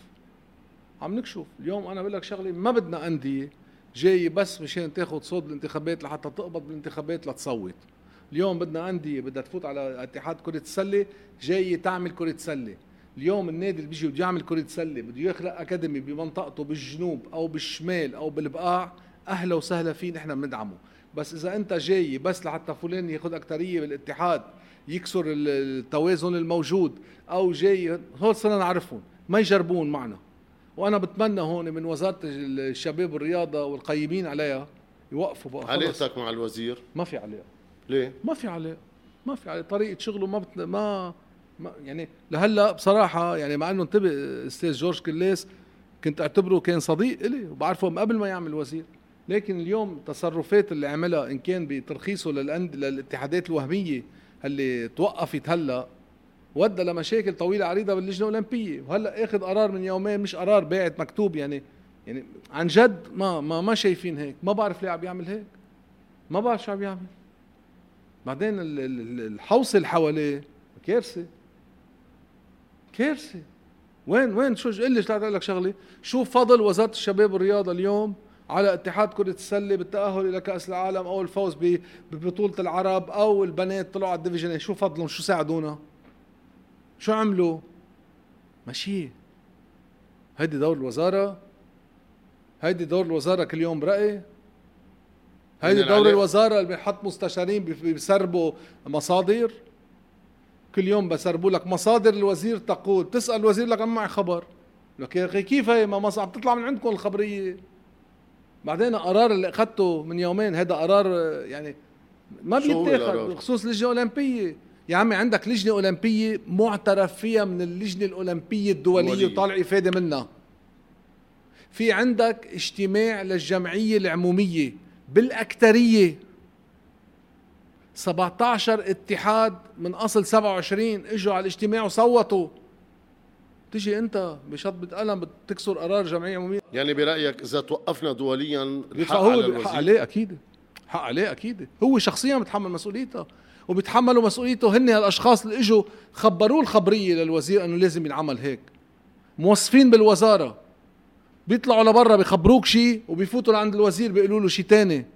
عم نكشف. اليوم انا بقول لك شغله، ما بدنا انديه جاي بس مشان تاخذ صوت بالانتخابات لحتى تقبض بالانتخابات لتصوت. اليوم بدنا انديه بدها تفوت على اتحاد كره السله جاي تعمل كره سله. اليوم النادي اللي بيجي بده يعمل كره سله بده يخلق اكاديمي بمنطقته بالجنوب او بالشمال او بالبقاع، اهلا وسهلا فيه، نحن بندعمه. بس اذا انت جاي بس لحتى فلان ياخذ اكتريه بالاتحاد يكسر التوازن الموجود، او جاي هول صرنا نعرفهم ما يجربون معنا. وانا بتمنى هون من وزاره الشباب والرياضه والقيمين عليها يوقفوا بقى. علاقتك مع الوزير؟ ما في علاقه. ليه؟ ما في علاقه، ما في علاقه. طريقه شغله ما يعني لهلا بصراحه، يعني مع انه انتبه استاذ جورج كلاس كنت اعتبره كان صديق إلي وبعرفه من قبل ما يعمل وزير، لكن اليوم تصرفات اللي عملها ان كان بترخيصه للاتحادات الوهميه اللي توقفت هلا ودى لمشاكل طويله عريضه باللجنه الاولمبيه، وهلا اخذ قرار من يومين، مش قرار باعت مكتوب. يعني عن جد ما شايفين هيك. ما بعرف ليه عم يعمل هيك، ما بعرف شو عم يعمل. بعدين الحوصه اللي حواليه كارثه كارثه. وين شو قل لي اقول لك شغله، شو فضل وزاره الشباب والرياضه اليوم على اتحاد كرة السلة بالتأهل إلى كأس العالم أو الفوز ببطولة العرب أو البنات طلعوا على الديفيجن؟ شو فضلهم؟ شو ساعدونا؟ شو عملوا؟ ماشي. هيدي دور الوزارة؟ هيدي دور الوزارة كل يوم برأي؟ هيدي دور الوزارة اللي بيحط مستشارين بيسربوا مصادر؟ كل يوم بسربوا لك مصادر الوزير تقول، تسأل الوزير لك معي خبر، لك يا أخي كيف هي ما عم تطلع من عندكم الخبرية؟ بعدين القرار اللي اخذته من يومين هذا قرار يعني ما بيتاخذ بخصوص اللجنه الاولمبيه. يا عمي عندك لجنه اولمبيه معترف فيها من اللجنه الاولمبيه الدوليه وطالع افاده منها. في عندك اجتماع للجمعيه العموميه بالاكثريه 17 اتحاد من اصل 27 اجوا على الاجتماع وصوتوا. تيجي انت بشطبة قلم بتكسر قرار جمعيه عموميه؟ يعني برايك اذا توقفنا دوليا الحق على الوزير؟ حق عليه اكيد، حق عليه اكيد. هو شخصيا بيتحمل مسؤوليته، وبيتحملوا مسؤوليته هن هالاشخاص اللي اجوا خبروه الخبريه للوزير انه لازم ينعمل هيك. موظفين بالوزاره بيطلعوا لبرا بيخبروك شيء وبيفوتوا لعند الوزير بيقولوا له شيء تاني.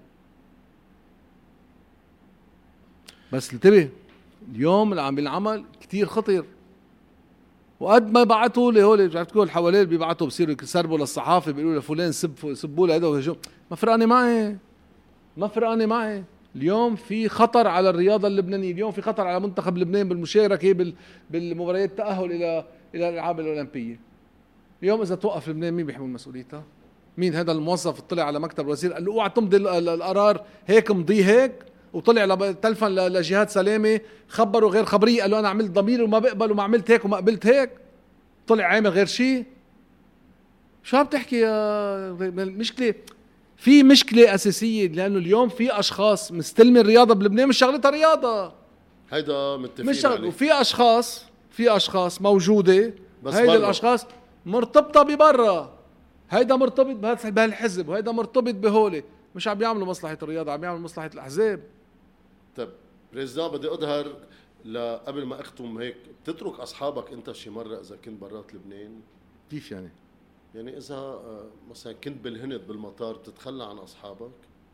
بس انتبه، اليوم اللي عم بينعمل كتير خطير. وقد ما بعتوا لي هول بتعرف تقول حواليه بيبعتوا بصيروا يسربوا للصحافه بيقولوا لفلان سبوا له هذا، ما فرقاني معي، ما فرقاني معي. اليوم في خطر على الرياضه اللبنانيه، اليوم في خطر على منتخب لبنان بالمشاركه بالمباريات التاهل الى الالعاب الاولمبيه. اليوم اذا توقف لبنان مين بيحمل مسؤوليتها؟ مين هذا الموظف طلع على مكتب الوزير قال له اوعى تمضي القرار هيك مضيه هيك، وطلع تلفن لجهات سلامه خبروا غير خبريه قال له انا عملت ضمير وما بقبل وما عملت هيك وما قبلت هيك، طلع عامل غير شيء؟ شو عم تحكي يا مشكله؟ في مشكله اساسيه، لانه اليوم في اشخاص مستلمين الرياضه بلبنان مش شغلتها رياضه، هيدا متفقين مش عليه. وفي اشخاص موجوده هيدا الاشخاص مرتبطه ببرا، هيدا مرتبط بهالحزب وهيدا مرتبط بهولي، مش عم يعملوا مصلحه الرياضه، عم يعملوا مصلحه الاحزاب. طيب بريزدان بدي اظهر قبل ما اختم هيك، بتترك اصحابك انت شي مره اذا كنت برات لبنان؟ كيف يعني؟ يعني اذا مثلا كنت بالهند بالمطار بتتخلى عن اصحابك؟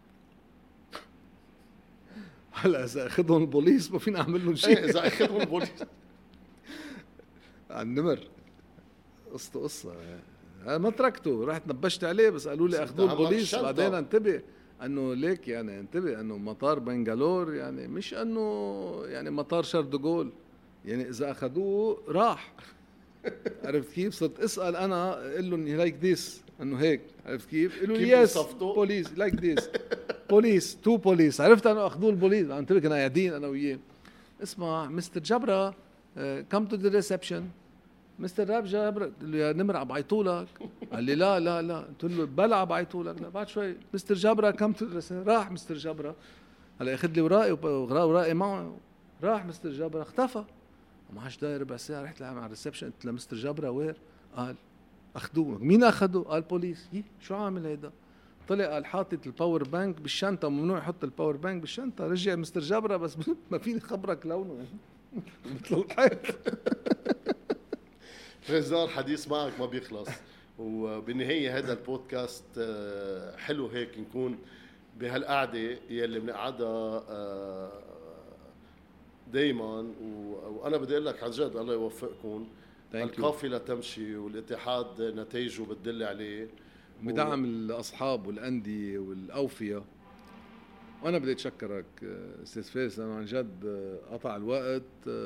هلا اذا اخذهم البوليس ما فينا اعمل لهم شيء. اذا اخذهم البوليس على النمر قصه ما تركته، رحت نبشت عليه بس قالوا لي اخذوه البوليس. بعدين انتبه انه ليك يعني انتبه انه مطار بنغالور يعني مش انه يعني مطار شارل دو غول، يعني اذا اخذوه راح. عرفت كيف؟ صرت اسال انا اقول لهم لايك ذيس انه هيك، عرفت كيف؟ قالوا لي يس بوليس لايك ذيس بوليس تو بوليس. عرفت انه اخذوه البوليس، انتبه كنا قاعدين انا وياه. اسمع مستر جبرة كم تو ذا ريسبشن. مستر راب جبرة قلت له يا نمر عم بعيطوا لك. قال لي لا لا لا. قلت له بلا عم بعيطوا لك. لا بعد شوي مستر جبرة كم تو راح مستر جبرة. هلا ياخذ لي ورائي ورائي معه. راح مستر جبرة اختفى. ما عادش داير ربع ساعه. رحت لعب على الريسبشن قلت لمستر جبرة وير؟ قال اخذوه. مين اخذوه؟ قال بوليس. شو عامل هيدا؟ طلع قال حاطط الباور بانك بالشنطه، ممنوع يحط الباور بانك بالشنطه. رجع مستر جبرة بس ما فيني خبرك لونه يعني مثل الحيط. بريزدان حديث معك ما بيخلص، وبالنهايه هذا البودكاست حلو هيك نكون بهالقعده يلي بنقعدها دايما. وانا بدي اقول لك عن جد الله يوفقكم. القافله تمشي والاتحاد نتائجه بتدل عليه، بدعم الاصحاب والانديه والاوفياء. وانا بدي اتشكرك استاذ فارس لانه عن جد قطع الوقت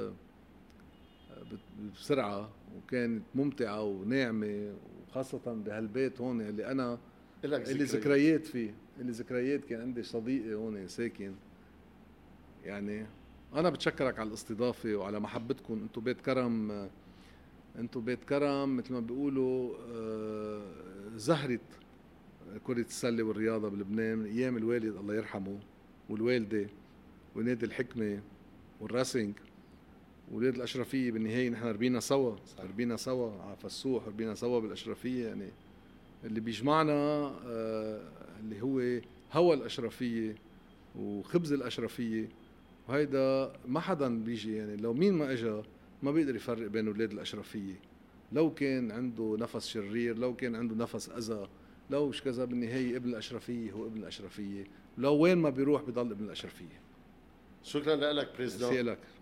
بسرعه وكانت ممتعه وناعمه، وخاصه بهالبيت هون اللي انا اللي ذكريات فيه، اللي ذكريات كان عندي صديقي هون ساكن. يعني انا بتشكرك على الاستضافه وعلى محبتكم. انتم بيت كرم، انتم بيت كرم مثل ما بيقولوا زهرة كرة السلة والرياضة بلبنان من ايام الوالد الله يرحمه والوالدة ونادي الحكمة والراسينج ولاد الاشرفية. بالنهاية نحن ربينا سوا، ربينا سوا على فسوح، ربينا سوا بالاشرفية. يعني اللي بيجمعنا اللي هو هوا الاشرفية وخبز الاشرفية، وهيدا ما حدا بيجي يعني لو مين ما اجا ما بيقدر يفرق بين اولاد الاشرفيه. لو كان عنده نفس شرير، لو كان عنده نفس اذى، لو مش كذا، بالنهايه ابن الاشرفيه هو ابن الاشرفيه، لو وين ما بيروح بيضل ابن الاشرفيه. شكرا لك بريزدان. لك.